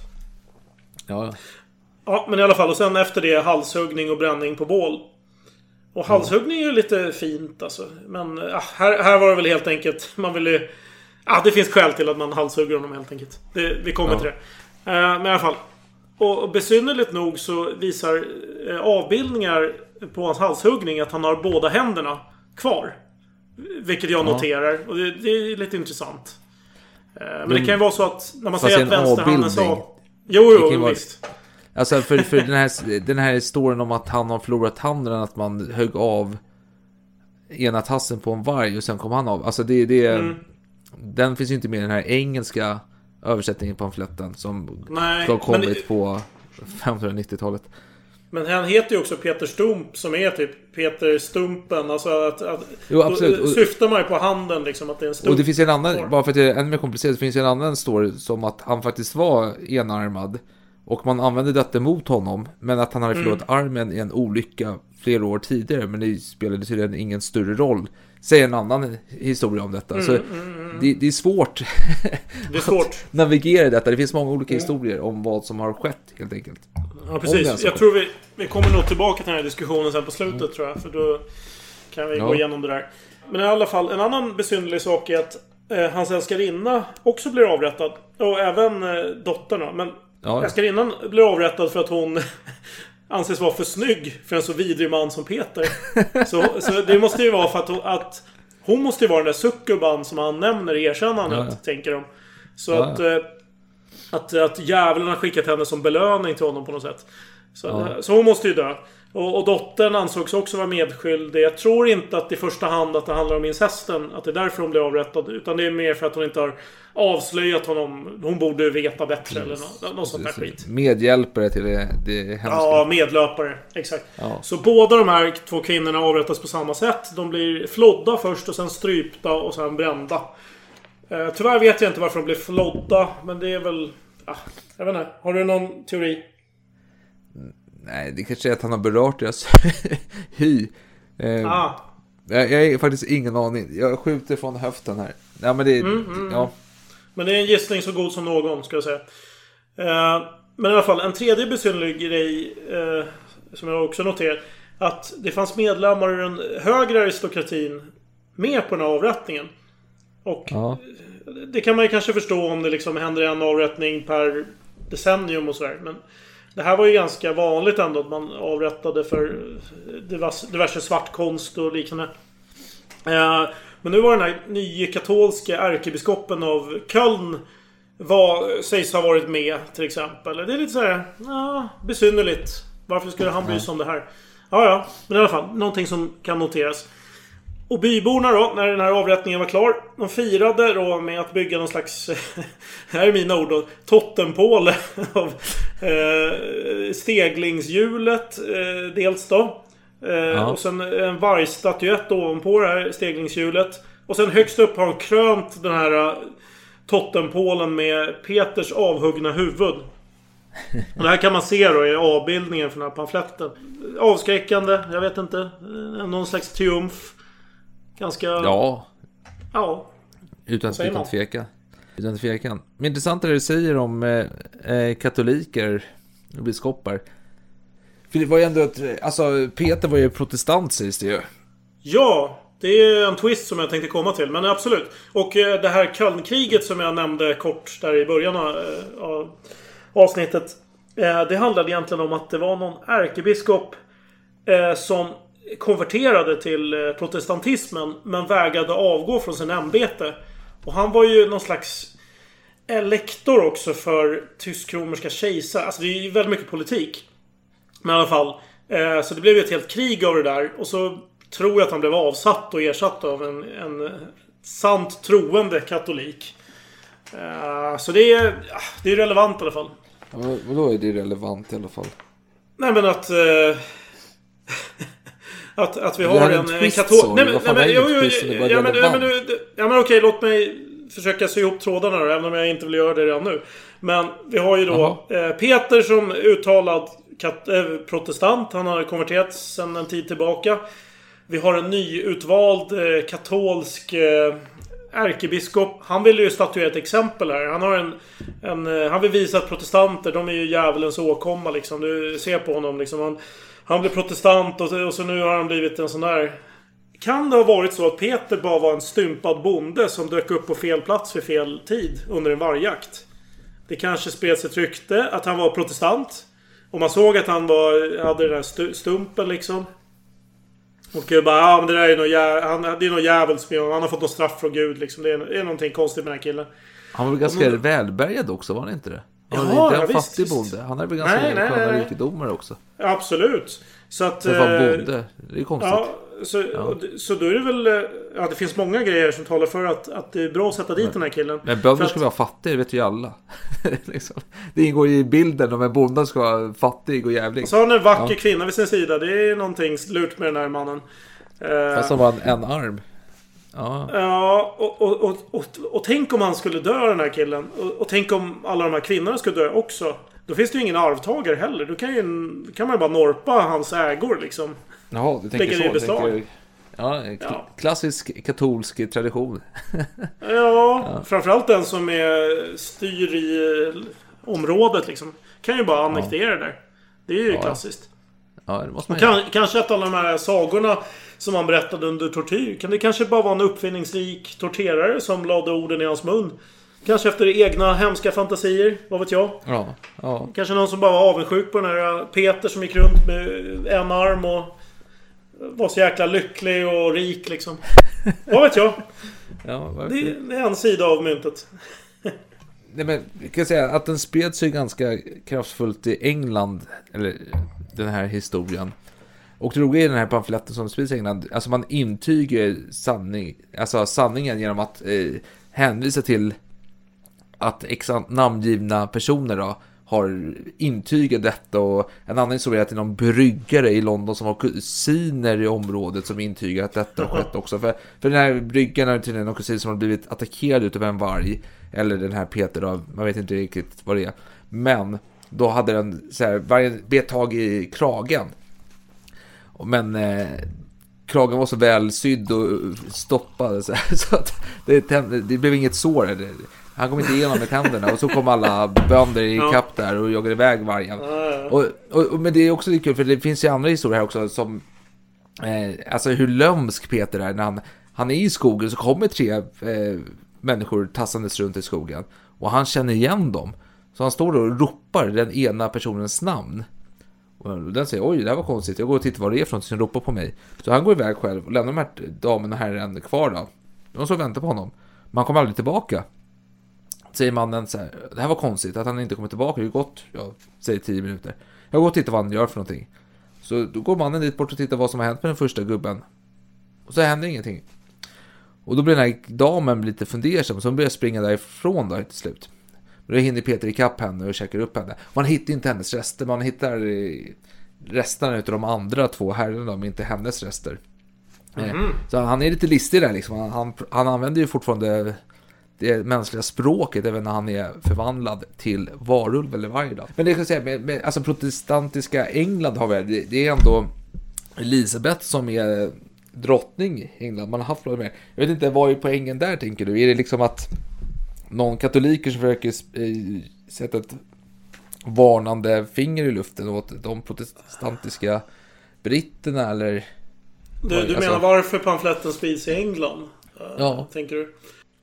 Ja, men i alla fall. Och sen efter det halshuggning och bränning på bål. Och halshuggning är ju lite fint alltså. Men här var det väl helt enkelt, man ville... det finns skäl till att man halshugger honom helt enkelt. Vi kommer till det. Men i alla fall. Och besynnerligt nog så visar avbildningar på hans halshuggning att han har båda händerna kvar. Vilket jag noterar. Och det är lite intressant. Men det kan ju vara så att när man säger att vänsterhanden sa... Jo, visst. Alltså för den här historien om att han har förlorat handen, att man högg av ena tassen på en varg och sen kom han av. Alltså den finns ju inte med i den här engelska översättningen på pamfletten som har kommit på 1590-talet. Men han heter ju också Peter Stump, som är typ Peter Stumpen. Alltså jo, absolut. Syftar man ju på handen liksom, att det är en stump. Och det finns en annan, bara för att det är ännu mer komplicerat, det finns en annan story som att han faktiskt var enarmad. Och man använde detta mot honom. Men att han hade förlorat armen i en olycka flera år tidigare. Men det spelade tydligen ingen större roll. Säg en annan historia om detta. Så det är svårt. Det är svårt att navigera i detta. Det finns många olika historier om vad som har skett helt enkelt. Ja, precis. Jag tror vi kommer nog tillbaka till den här diskussionen sen på slutet tror jag. För då kan vi gå igenom det där. Men i alla fall, en annan besynnerlig sak är att hans älskarinna också blir avrättad. Och även dotterna. Men älskarinnan blir avrättad för att hon anses vara för snygg för en så vidrig man som Peter. Så det måste ju vara för att hon måste ju vara den där suckuban som han nämner i erkännandet, tänker de. Så att djävulen har skickat henne som belöning till honom på något sätt. Så hon måste ju dö. Och dottern ansågs också vara medskyldig. Jag tror inte att i första hand att det handlar om incesten, att det är därför hon blir avrättad, utan det är mer för att hon inte har avslöjat honom. Hon borde veta bättre eller något sånt där skit. Medhjälpare till det hemska. Ja, medlöpare, exakt. Så båda de här två kvinnorna avrättas på samma sätt. De blir flodda först och sen strypta och sen brända. Tyvärr vet jag inte varför de blir flodda, men det är väl... jag vet inte. Har du någon teori? Nej, det kanske är att han har berört deras hy. Jag är faktiskt ingen aning. Jag skjuter från höften här. Ja, men det är, Men det är en gissning så god som någon, ska jag säga. Men i alla fall, en tredje besynnerlig grej som jag också noterat, att det fanns medlemmar i den högre aristokratin med på den här avrättningen. Och det kan man ju kanske förstå om det liksom händer en avrättning per decennium och sådär. Det här var ju ganska vanligt ändå att man avrättade för diverse svartkonst och liknande. Men nu var den här nykatolska ärkebiskopen av Köln sägs ha varit med till exempel. Det är lite så här, besynnerligt. Varför skulle han bry sig om det här? Ja, men i alla fall, någonting som kan noteras. Och byborna då, när den här avrättningen var klar, de firade då med att bygga någon slags, här är mina ord då, totempåle av steglingshjulet dels då. Och sen en vargstatyett ovanpå det här steglingshjulet. Och sen högst upp har de krönt den här totempålen med Peters avhuggna huvud. Och det här kan man se då i avbildningen för den här pamfletten. Avskräckande, jag vet inte. Någon slags triumf. Ganska... Ja. Utan tveka. Men intressant är det du säger om katoliker och biskopar. För det var ju ändå Peter var ju protestant, sägs det ju. Ja, det är en twist som jag tänkte komma till, men absolut. Och det här Kölnkriget som jag nämnde kort där i början av avsnittet, det handlade egentligen om att det var någon ärkebiskop som konverterade till protestantismen men vägrade avgå från sin ämbete. Och han var ju någon slags elektor också för tysk-romerska kejsare. Alltså det är ju väldigt mycket politik. Men i alla fall, så det blev ju ett helt krig av det där. Och så tror jag att han blev avsatt och ersatt av en sant troende katolik. Så det är relevant i alla fall. Vadå är det relevant i alla fall? Nej, men att vi har en katol... men okej, låt mig försöka sy ihop trådarna då, även om jag inte vill göra det redan nu. Men vi har ju då Peter som uttalad protestant. Han har konverterat sedan en tid tillbaka. Vi har en nyutvald katolsk ärkebiskop. Han vill ju statuera ett exempel här. Han har han vill visa att protestanter, de är ju djävulens åkomma liksom. Du ser på honom liksom. Han blev protestant och så nu har han blivit en sån där... Kan det ha varit så att Peter bara var en stympad bonde som dök upp på fel plats för fel tid under en vargjakt? Det kanske spreds ett rykte att han var protestant. Och man såg att han hade den där stumpen liksom. Och bara, men det där är någon jävelspion. Han har fått något straff från Gud liksom. Det är någonting konstigt med den här killen. Han var väl ganska välbärgad också, var han inte det? Han var inte en fattig bonde. Han är väl ganska sköna rikedomar också. Absolut. Så att... bonde, det är konstigt. Ja, så då är det väl... Ja, det finns många grejer som talar för att det är bra att sätta dit den här killen. Men bönder ska vara fattiga, det vet ju alla. Liksom. Det ingår i bilden om en bonde ska vara fattig och jävlig. Så har han en vacker kvinna vid sin sida. Det är någonting lurt med den här mannen. Fast han var en arm. Ja, och tänk om han skulle dö, den här killen. Och tänk om alla de här kvinnorna skulle dö också. Då finns det ju ingen arvtagare heller. Då kan man ju bara norpa hans ägor liksom. Jaha, du tänker så. Klassisk katolsk tradition. Framförallt den som styr i området liksom. Kan ju bara annektera det där. Det är ju klassiskt. Ja, det måste man kanske att alla de här sagorna som han berättade under tortyr, kan det kanske bara vara en uppfinningsrik torterare som lade orden i hans mun. Kanske efter egna hemska fantasier, vad vet jag. Ja. Kanske någon som bara var avundsjuk på den här Peter som gick runt med en arm och var så jäkla lycklig och rik liksom. Vad vet jag. Det är en sida av myntet. Nej, men jag kan säga att den spred sig ganska kraftfullt i England, eller den här historien. Och det roliga i den här pamfletten som sprids i England, alltså man intyger sanningen genom att hänvisa till att namngivna personer då har intygat detta, och en annan historia är att det är någon bryggare i London som har kusiner i området som intygar att detta har skett också. För den här bryggaren är tydligen någon kusin som har blivit attackerad utav en varg, eller den här Peter då, man vet inte riktigt vad det är. Men då hade den så här, vargen bet tag i kragen. Men kragen var så väl sydd och stoppad så att det blev inget sår. Han kom inte igenom med tänderna, och så kom alla bönder i kapp där och jagade iväg vargen. Men det är också lite kul, för det finns ju andra historier här också som alltså hur lömsk Peter är. När han är i skogen så kommer 3 människor tassandes runt i skogen, och han känner igen dem. Så han står och ropar den ena personens namn. Och den säger, oj, det här var konstigt. Jag går och tittar vad det är för något som ropar på mig. Så han går iväg själv och lämnar de här damen och herren kvar då. De så väntar på honom. Men han kommer aldrig tillbaka. Säger mannen så här, det här var konstigt att han inte kommer tillbaka. Det har gått, säger 10 minuter. Jag går och tittar vad han gör för någonting. Så då går mannen dit bort och tittar vad som har hänt med den första gubben. Och så händer ingenting. Och då blir den här damen lite fundersam. Så hon börjar springa därifrån då till slut. Då hinner Peter i kapp henne och käkar upp henne. Man hittar inte hennes rester. Man hittar resterna utav de andra 2 herrarna, men inte hennes rester. Så han är lite listig där liksom. Han använder ju fortfarande det mänskliga språket även när han är förvandlad till varulv eller varg då. Men det kan jag säga, med alltså protestantiska England har vi, det är ändå Elisabeth som är drottning i England. Man har haft problem med. Jag vet inte, vad är poängen där, tänker du? Är det liksom att någon katoliker som försöker sätta ett varnande finger i luften åt de protestantiska britterna, eller? Du menar varför pamfletten sprids i England? Ja. Tänker du?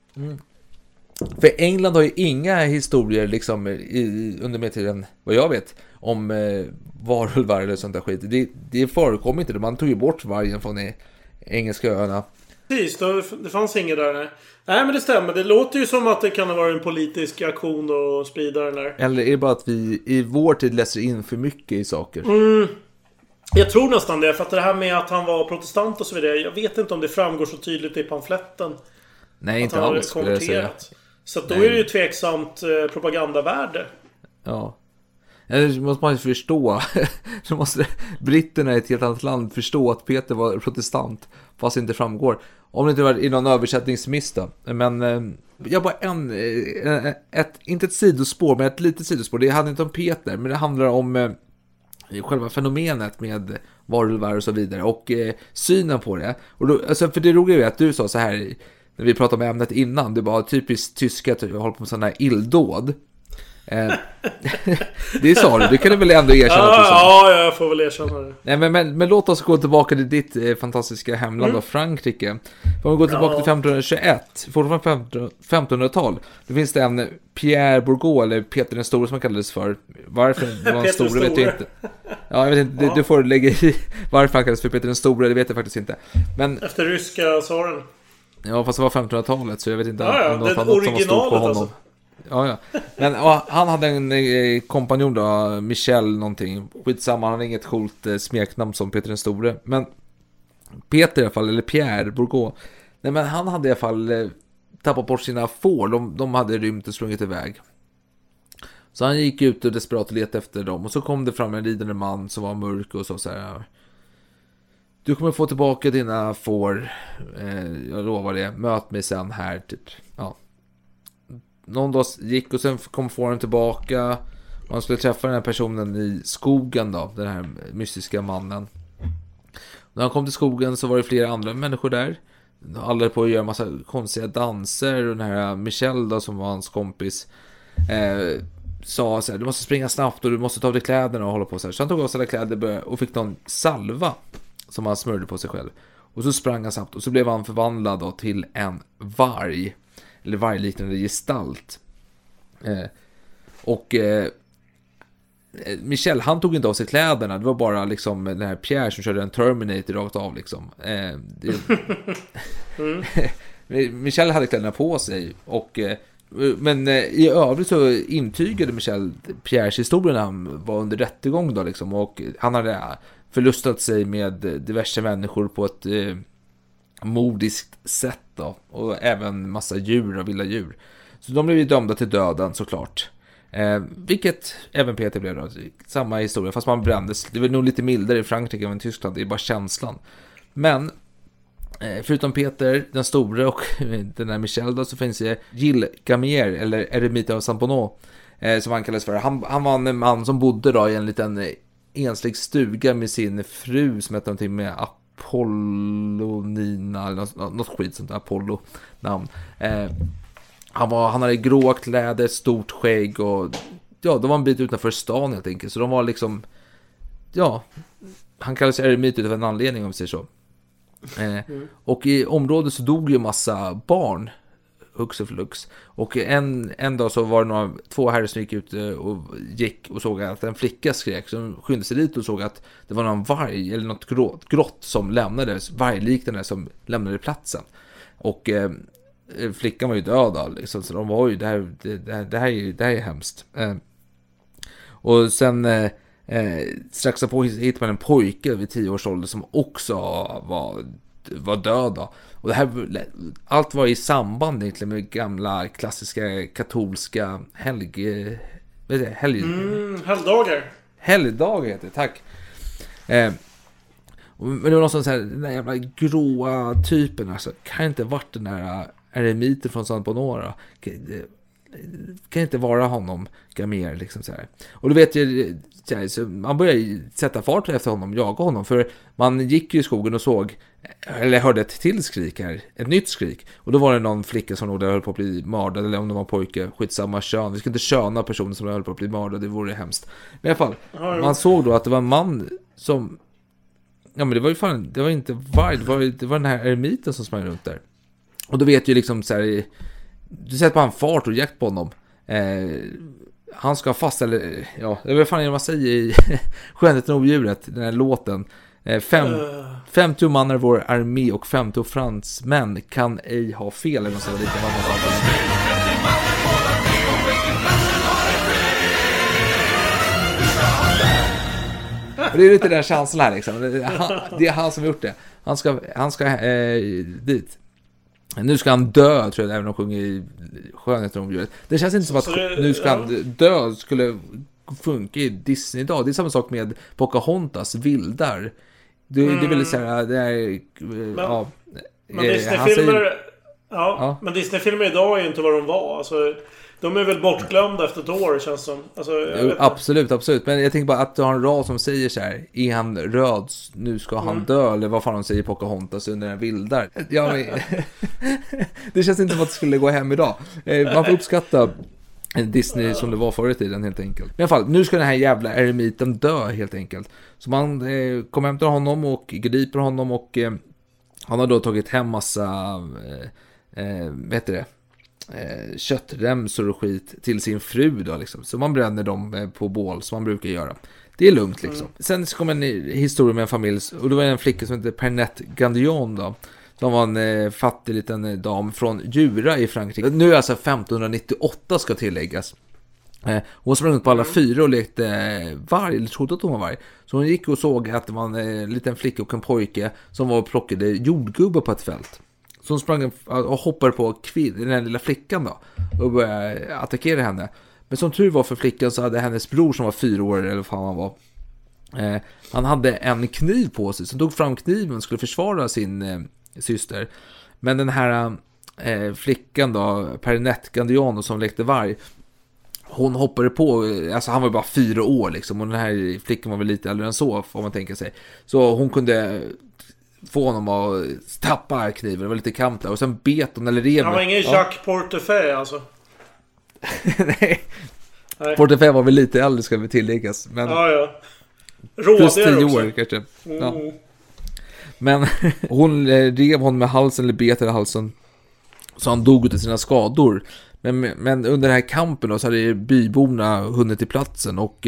För England har ju inga historier liksom under medeltiden, vad jag vet, om varulvar eller sånt där skit. Det förekommer inte. Man tog ju bort vargen från de engelska öarna. Precis, det fanns inget där. Nej, men det stämmer. Det låter ju som att det kan ha varit en politisk aktion och sprida den där. Eller är det bara att vi i vår tid läser in för mycket i saker? Jag tror nästan det. För att det här med att han var protestant och så vidare, jag vet inte om det framgår så tydligt i pamfletten. Nej, inte alls, skulle jag säga. Så att då är det ju tveksamt propagandavärde. Ja. Eller måste man ju förstå. Så måste britterna i ett helt annat land förstå att Peter var protestant, fast det inte framgår. Om det inte var i någon översättningsmiss då. Men jag bara inte ett sidospår, men ett litet sidospår. Det handlar inte om Peter, men det handlar om själva fenomenet med varulvar och så vidare. Och synen på det. Och då, alltså, för det roliga är att du sa så här när vi pratade om ämnet innan. Du bara typiskt tyska att jag håller på med sådana här illdåd. Det sa du, kan du väl ändå erkänna att du sa. Ja, jag får väl erkänna det. Nej, men låt oss gå tillbaka till ditt fantastiska hemland av Frankrike. Får vi gå tillbaka till 1521, fortfarande 1500-tal. Det finns det en Pierre Bourgault, eller Peter den store som han kallades för. Varför det var en stor vet jag inte. Ja, jag vet inte, du får lägga i varför han kallades för Peter den store, det vet jag faktiskt inte. Men efter ryska tsaren. Ja, fast det var 1500-talet, så jag vet inte om något annat som var stort på honom. Alltså. Ja. Men han hade en kompanjon då, Michel någonting. Skitsamma, han hade inget coolt smeknamn som Peter den store. Men Peter i alla fall, eller Pierre Bourgault. Nej, men han hade i alla fall tappat bort sina får. De hade rymt och sprungit iväg. Så han gick ut och desperat letade efter dem. Och så kom det fram en ridande man som var mörk och så här: du kommer få tillbaka dina får. Jag lovar det. Möt mig sen här typ. Ja. Någon dag gick och sen kom fåren tillbaka. Man skulle träffa den här personen i skogen då. Den här mystiska mannen. När han kom till skogen så var det flera andra människor där. Alla höll på att göra massa konstiga danser. Och den här Michel då, som var hans kompis, sa så här: du måste springa snabbt och du måste ta av dig kläderna och hålla på så här. Så han tog av sina kläder och fick någon salva som han smörjde på sig själv. Och så sprang han snabbt och så blev han förvandlad då till en varg. Eller vargliknande gestalt. Michel, han tog inte av sig kläderna. Det var bara liksom den här Pierre som körde en Terminator rakt av liksom. Michel hade kläderna på sig. Men i övrigt så intygade Michel Pierres historia när han var under rättegång då liksom. Och han hade förlustat sig med diverse människor på ett modiskt sätt då. Och även massa djur och vilda djur. Så de blev ju dömda till döden såklart. Vilket även Peter blev då. Samma historia, fast man brändes. Det var nog lite mildare i Frankrike än i Tyskland. Det är bara känslan. Men förutom Peter den store och den här Michel då, så finns det Gilles Gamier, eller Eremite av Saint-Bonneau, som han kallades för. Han var en man som bodde då i en liten enslig stuga med sin fru som hette någonting med Apollonina eller något skit sånt där, Apollo-namn. Han hade grå kläder, stort skägg och ja, de var en bit utanför stan helt enkelt. Så de var liksom, ja, han kallades eremit utav en anledning om vi säger så. Och i området så dog ju massa barn hux och flux. Och en dag så var det två herrar som gick ut och gick och såg att en flicka skrek. Så de skyndade sig dit och såg att det var någon varg eller något grott som lämnade, vargliknande som lämnade platsen. Och flickan var ju död då, liksom, så de var ju, det här är hemskt. Och sen strax på hittade man en pojke vid 10 års ålder som också var död då. Och det här, allt var i samband egentligen med gamla klassiska katolska helgdagar heter det, tack. Men det var någon sån här, den där jävla gråa typen, alltså, kan inte varit den där eremiten från San Bonora, kan inte vara honom Gamer liksom så här. Och då vet jag, så man började sätta fart efter honom, jaga honom, för man gick ju i skogen och såg, eller hörde ett till skrik här, ett nytt skrik, och då var det någon flicka som nog höll på att bli mördad, eller om det var en pojke, skitsamma kön, vi ska inte köna personer som höll på att bli mördad, det vore hemskt. Men i alla fall, man såg då att det var en man som, ja men det var ju fan, det var inte varg, det var den här eremiten som sprang runt där. Och då vet ju liksom så här, du sätter på han fart och jakt på honom. Han ska fast, eller ja, det är väl fan vad man säger i Skönheten och odjuret, den här låten. 50 man är vår armé och 50 fransmän kan ej ha fel, eller något sånt lite vad man sa. Och det är lite den känslan här liksom. Det är han som har gjort det. Han ska dit. Nu ska han dö, tror jag, även om de sjunger i Skönheten och odjuret. Det känns inte som att nu ska han dö skulle funka i Disney idag. Det är samma sak med Pocahontas vildar. Det är väl så här, det är men Disney-filmer men Disney-filmer idag är ju inte vad de var. Alltså, de är väl bortglömda efter ett år, känns som. Alltså, absolut. Men jag tänker bara att du har en rad som säger så här: är han röd, nu ska han dö, eller vad fan de säger Pocahontas under en vildar. Ja, men, det känns inte som att det skulle gå hem idag. Man får uppskatta Disney som det var förr i tiden, helt enkelt. Men i alla fall, nu ska den här jävla eremiten dö, helt enkelt. Så man kommer hem till honom och griper honom, och han har då tagit hem massa köttremsor och skit till sin fru då, liksom. Så man bränner dem på bål som man brukar göra. Det är lugnt liksom. Sen så kommer en historia med en familj, och det var en flicka som heter Pernette Gandion då, som var en fattig liten dam från Jura i Frankrike. Nu är alltså 1598 ska tilläggas. Hon sprang runt på alla fyra och lekte varg, eller trodde att hon var varg. Så hon gick och såg att det var en liten flicka och en pojke som var och plockade jordgubbar på ett fält. Så hon sprang och hoppade på den här lilla flickan då och började attackera henne. Men som tur var för flickan så hade hennes bror, som var 4 år eller vad fan han var, han hade en kniv på sig, så tog fram kniven och skulle försvara sin syster. Men den här flickan då, Pernette Gandion, som lekte varg, hon hoppade på, alltså han var bara 4 år liksom, och den här flickan var väl lite äldre än så, får man tänka sig. Så hon kunde få honom att tappa kniven, det var lite kamp där, och sen bet hon eller rev. Han var ingen Jacques Portefeuille alltså. Nej. Portefeuille var väl lite äldre, ska vi tilläggas, men plus 10 år kanske. Ja. Men hon rev honom med halsen, eller bet i halsen, så han dog av sina skador. Men under den här kampen då, så hade byborna hunnit till platsen och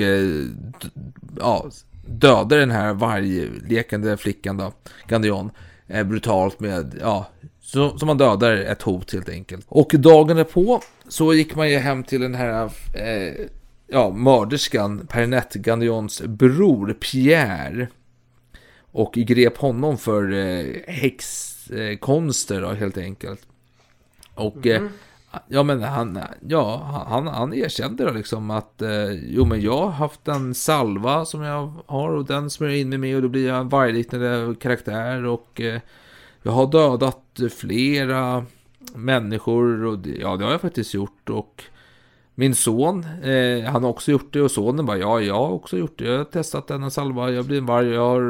dödade den här varglekande flickan då, Gandion, brutalt med, så man dödar ett hot, helt enkelt. Och dagen därpå så gick man ju hem till den här mörderskan, Pernette Gandions bror Pierre, och grep honom för häxkonster då, helt enkelt. Och men han erkände då liksom att men jag har haft en salva som jag har, och den smörjer in med och då blir jag en vargliknande karaktär, och jag har dödat flera människor, och det har jag faktiskt gjort, och min son, han har också gjort det, och sonen bara, jag har också gjort det, jag har testat denna salva, jag blir en varg, jag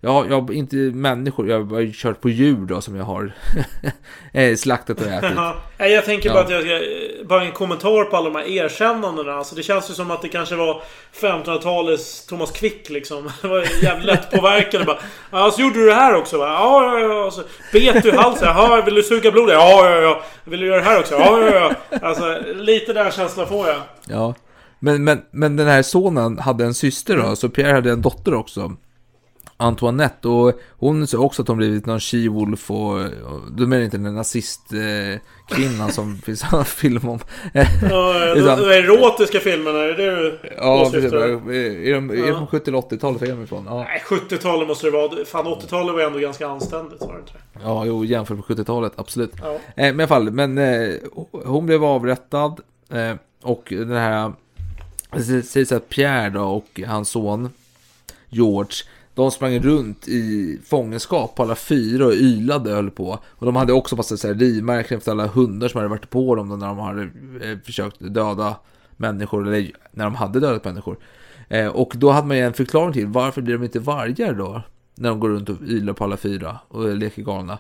Jag inte människor, jag har kört på djur då som jag har slaktat och ätit. Jag tänker bara att jag ska, bara en kommentar på alla de här erkännandena. Alltså det känns ju som att det kanske var 1500-talets Thomas Quick liksom. Det var jävligt lätt påverkande bara. Ja, så gjorde du det här också va? Ja. Så bet du halsen. Ja, vill du suga blod? Ja. Vill du göra det här också? Ja. Alltså lite där känsla får jag. Ja. Men den här sonen hade en syster då, så Pierre hade en dotter också. Antoinette, och hon sa också att hon blivit någon she-wolf, och du menar inte den nazistkvinnan som finns en film om. De erotiska filmerna, är det du åsyftar? Är de 70- eller 80-talet för ifrån? Ja. Nej, 70-talet måste det vara. Fan, 80-talet var ändå ganska anständigt, var det inte? Ja, jo, jämfört med 70-talet, absolut. Ja. Men i alla fall, hon blev avrättad, och den här sägs att Pierre då och hans son George, de sprang runt i fångenskap på alla 4 och ylade höll på. Och de hade också passat så här rimärken efter alla hundar som hade varit på dem när de hade försökt döda människor, eller när de hade dödat människor. Och då hade man ju en förklaring till varför blir de inte vargar då när de går runt och ylar på alla 4 och leker galna.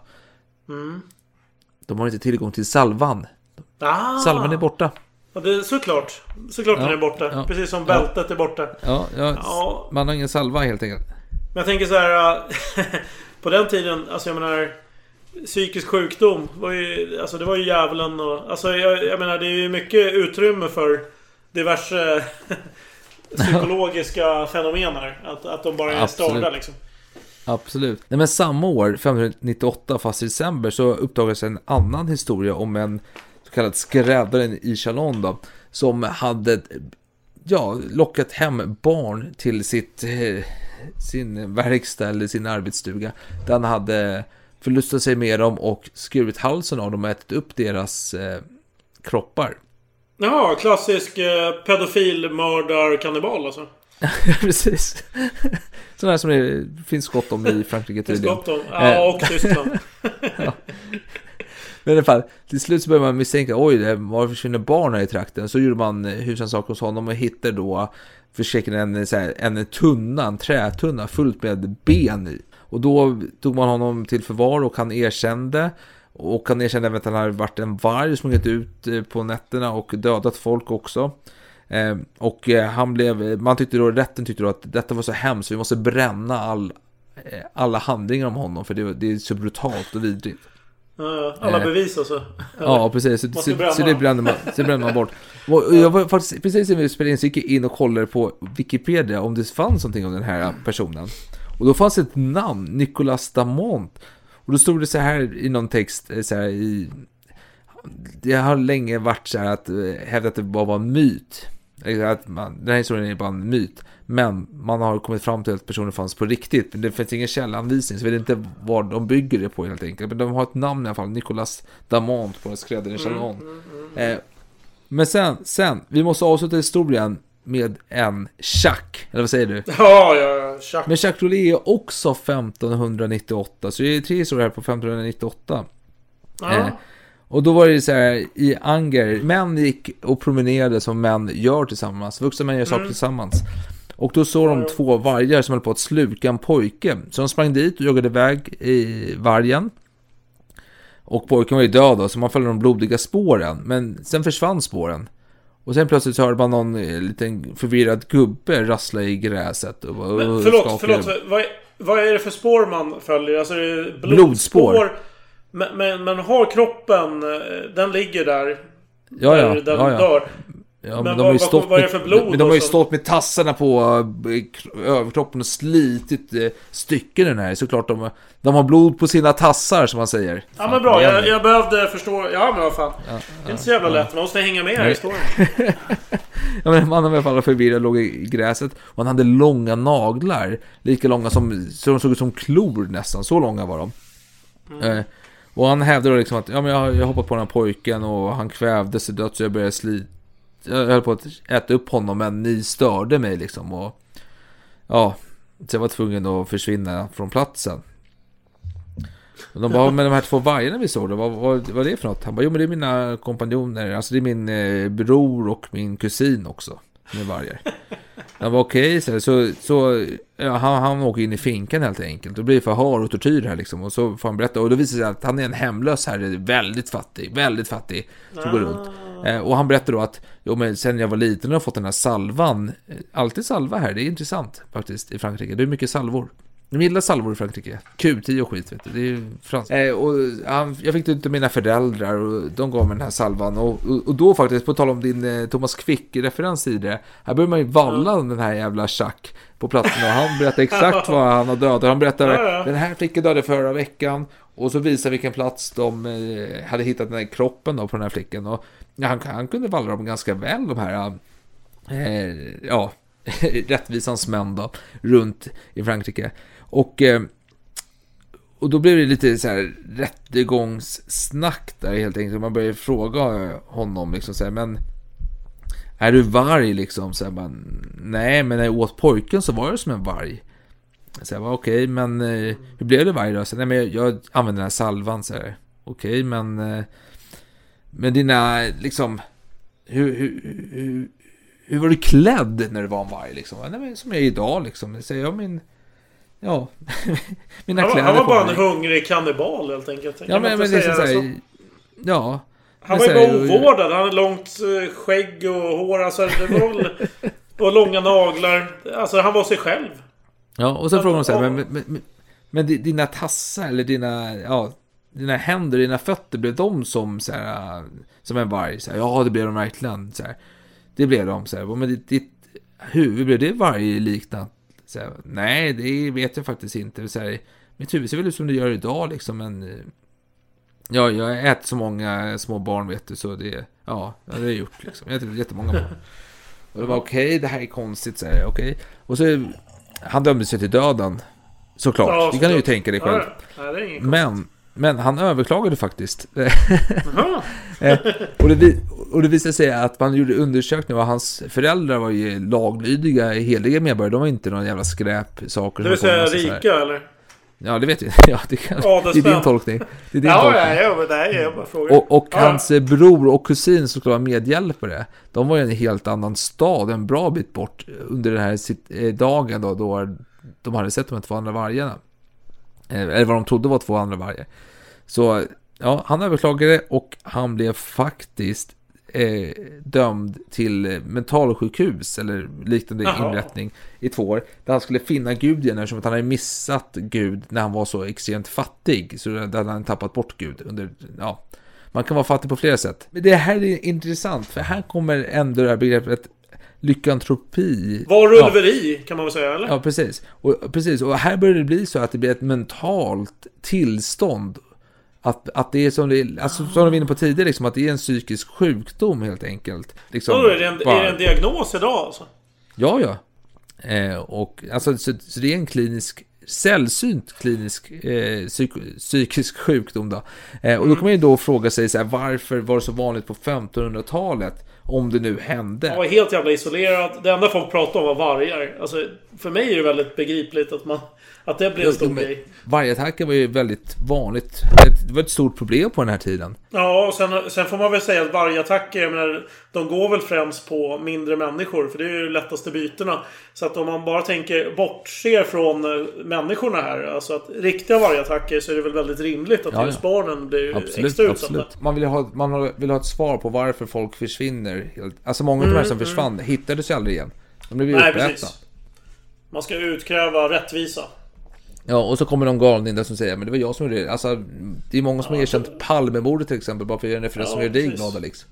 De har inte tillgång till salvan. Salvan är borta. Ja, det är såklart den är borta. Precis som bältet är borta. Ja, man har ingen salva helt enkelt. Men jag tänker så här, på den tiden, alltså jag menar, psykisk sjukdom var ju, alltså det var ju djävulen, och alltså jag menar, det är ju mycket utrymme för diverse psykologiska fenomener, att de bara är störda liksom. Absolut. Nej, men samma år, 1598, fast i december, så uppdagades en annan historia om en så kallad skräddaren i Chalon då, som hade lockat hem barn till sin verkstad eller sin arbetsstuga. Där han hade förlustat sig med dem och skurit halsen av dem och ätit upp deras kroppar. Ja, klassisk pedofil, mördar, kannibal alltså. Precis. Sådana här som det finns gott om i Frankrike tydligen. Ja, och Tyskland. Ja. Men i alla fall, till slut så började man misstänka, var försvinner barn här i trakten? Så gjorde man husrannsakan hos honom och hittade då en trätunna fullt med ben i. Och då tog man honom till förvar och han erkände. Och han erkände att han hade varit en varg som gått ut på nätterna och dödat folk också. Och rätten tyckte då att detta var så hemskt, vi måste bränna alla handlingar om honom, för det är så brutalt och vidrigt. Alla bevis alltså. Ja, precis. Så det bränner man bort. Jag var faktiskt, precis när vi spelade in, så gick jag in och kollade på Wikipedia om det fanns någonting om den här personen. Och då fanns det ett namn, Nicolas Damont. Och då stod det så här i någon text, så här det har länge varit så här att hävda att det bara var en myt. Att den här historien är bara en myt. Men man har kommit fram till att personen fanns på riktigt. Men det finns ingen källanvisning, så vi vet inte vad de bygger det på helt enkelt. Men de har ett namn i alla fall, Nicolas Damont, på en skräddare i Chalon. Men sen, vi måste avsluta historien med en Jacques, eller vad säger du? Ja, Jacques. Men Jacques Roulet är också 1598, så det är 3 historier här på 1598. Och då var det så här i Anger, män gick och promenerade som män gör tillsammans, vuxna män gör saker tillsammans. Och då såg de 2 vargar som höll på att sluka en pojke. Så de sprang dit och jagade iväg i vargen. Och pojken var ju död då, så man följde de blodiga spåren. Men sen försvann spåren. Och sen plötsligt så hörde man någon liten förvirrad gubbe rassla i gräset. Och förlåt, vad är det för spår man följer? Alltså är det blodspår? Men har kroppen, den ligger där, den dör. Ja, men de har ju stått med, de har ju stått med tassarna på överkroppen och slitit stycken den här. Såklart de har blod på sina tassar, som man säger. Ja, men bra, jag behövde förstå. Ja, men vad fan, det är inte så jävla lätt. Man måste hänga med här i historien. Ja, men man har i alla fall förvirrad, låg i gräset. Och han hade långa naglar, lika långa som, så de såg ut som klor nästan. Så långa var de. Och han hävdade liksom att jag hoppade på den här pojken och han kvävde sig dött, så jag började jag höll på att äta upp honom, men ni störde mig liksom. Och så jag var tvungen att försvinna från platsen. Och de bara, med de här 2 vargarna vi såg, vad är det för något? Han bara, men det är mina kompanjoner, alltså det är min bror och min kusin också. med vargar. Han var okej, han åker in i finkan helt enkelt. Och blir förhör och tortyr här liksom. Och så får han berätta. Och då visar det sig att han är en hemlös här, väldigt fattig som går runt. Och han berättar då att men sen jag var liten har jag fått den här salvan. Alltid salva här, det är intressant faktiskt i Frankrike. Det är mycket salvor. De gillar salvor i Frankrike. Q10 och skit, vet du. Det är ju franskt. Jag fick det ut av mina föräldrar och de gav mig den här salvan. Och då faktiskt, på tal om din Thomas Quick-referens i det. Här börjar man ju valla den här jävla Jacques på platsen. Och han berättar exakt vad han har dödat. Han berättar den här flickan dödade förra veckan. Och så visar vilken plats de hade hittat den här kroppen då på den här flickan. Och han kunde valla dem ganska väl, de här rättvisans män då, runt i Frankrike. Och då blev det lite så här rättegångssnack där helt enkelt. Man började fråga honom liksom så här, men är du varg liksom? Så här, nej, men när jag åt pojken så var jag som en varg. Så jag var okej, men hur blev det varg då? Så, nej, men jag använde den här salvan så här. Okej, men dina liksom hur var du klädd när du var en varg liksom? Nej, men som jag är idag liksom. Säger jag mina kläder. Han var bara en hungrig kannibal helt enkelt. Ja, men det är så här, ja. Han var ju bara ovårdad. Han hade långt skägg och hår. Alltså, det var väl, och långa naglar. Alltså, han var sig själv. Ja, och så frågar de så här, men dina tassar eller dina händer, dina fötter, blev de som så här, som en varg? Så här, ja, det blev de verkligen. Så här. Det blev de så här. Men ditt huvud, blev det vargliknande? Så här, nej, det vet jag faktiskt inte. Så här, mitt huvud ser väl ut som det gör idag liksom, men ja, jag äter så många små barn, vet du, så det har jag gjort liksom. Jag äter jättemånga barn. Och det var okej, det här är konstigt, så här, okej. Och så han dömde sig till döden, såklart. Ja, det kan du ju tänka dig själv. Ja, det är ingen men han överklagade faktiskt. Och det visade sig att man gjorde undersökningar och hans föräldrar var ju laglydiga, heliga medborgare. De var inte någon jävla skräpsaker. Det vill säga rika, eller? Ja, det vet jag. Ja, det är din tolkning. Det är din tolkning. Och hans bror och kusin som skulle vara medhjälpare, de var i en helt annan stad, en bra bit bort under den här dagen då de hade sett de 2 andra vargarna. Eller vad de trodde var 2 andra vargar. Så ja, han överklagade och han blev faktiskt dömd till mentalsjukhus eller liknande inrättning i 2 år, där han skulle finna Gud igen, eftersom att han hade missat Gud när han var så extremt fattig, så där hade han tappat bort Gud under, man kan vara fattig på flera sätt. Men det här är intressant, för här kommer ändå det här begreppet lyckantropi. Varulveri kan man väl säga, eller? Ja, precis. Och här börjar det bli så att det blir ett mentalt tillstånd. Att det är som det, alltså, som de var inne på tidigare liksom, att det är en psykisk sjukdom helt enkelt. Liksom, är det en diagnos idag alltså? Ja. Och alltså, så det är en sällsynt klinisk psykisk sjukdom då. Och då kan man ju då fråga sig så här, varför var det så vanligt på 1500-talet? Om det nu hände. Han var helt jävla isolerad. Det enda folk pratade om var vargar. Alltså, för mig är det väldigt begripligt att det blev en stor grej. Vargattacker var ju väldigt vanligt. Det var ett stort problem på den här tiden. Ja, och sen får man väl säga att vargattacker, jag menar, de går väl främst på mindre människor. För det är ju lättaste bytena. Så att om man bara bortser från människorna här, alltså att riktiga vargattacker, så är det väl väldigt rimligt att just barnen blir extra utsatta. Man vill ha ett svar på varför folk försvinner. Alltså många av de här som försvann hittades ju aldrig igen. De blev ju uppätna. Man ska utkräva rättvisa. Ja, och så kommer de galningar som säger, men det var jag som gjorde det. Alltså, det är många som har erkänt Palmemordet till exempel, bara för att göra en referens som gör dig glada liksom.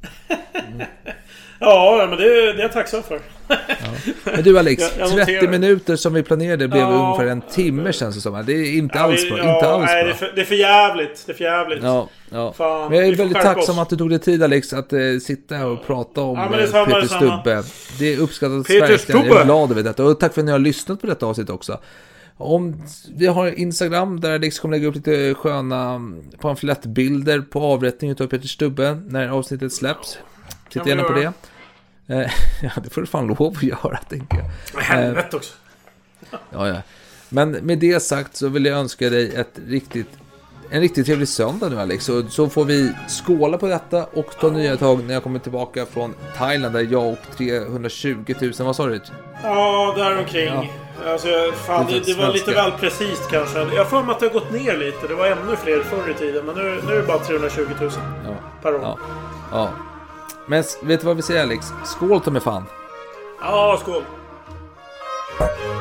Ja, men det är jag tacksam för. Men du Alex, 30 minuter som vi planerade blev ungefär en timme, känns det som. Det är inte alls bra. Nej, det är för jävligt. Det är för jävligt. Ja. Fan, men jag är väldigt tacksam att du tog dig tid, Alex, att sitta och prata om Peter Stubbe. Det är uppskattat verkligen. Jag är glad över detta. Och tack för att ni har lyssnat på detta avsnitt också. Vi har Instagram där Alex kommer lägga upp lite sköna pamflettbilder på avrättningen av Peter Stubbe när avsnittet släpps. Titta gärna på det. Ja, det får du fan lov att göra, tänker jag. Helvete också. Ja. Men med det sagt så vill jag önska dig ett riktigt en riktigt trevlig söndag nu, Alex. Och så får vi skåla på detta och ta nya tag när jag kommer tillbaka från Thailand där jag och 320 000, vad sa du? Ja, där omkring. Ja. Alltså, fan, det var lite väl precis kanske. Jag får mig att det har gått ner lite. Det var ännu fler förr i tiden. Men nu är det bara 320 000 per år. Ja. Men vet du vad vi säger, Alex? Skål, ta mig fan. Ja, skål.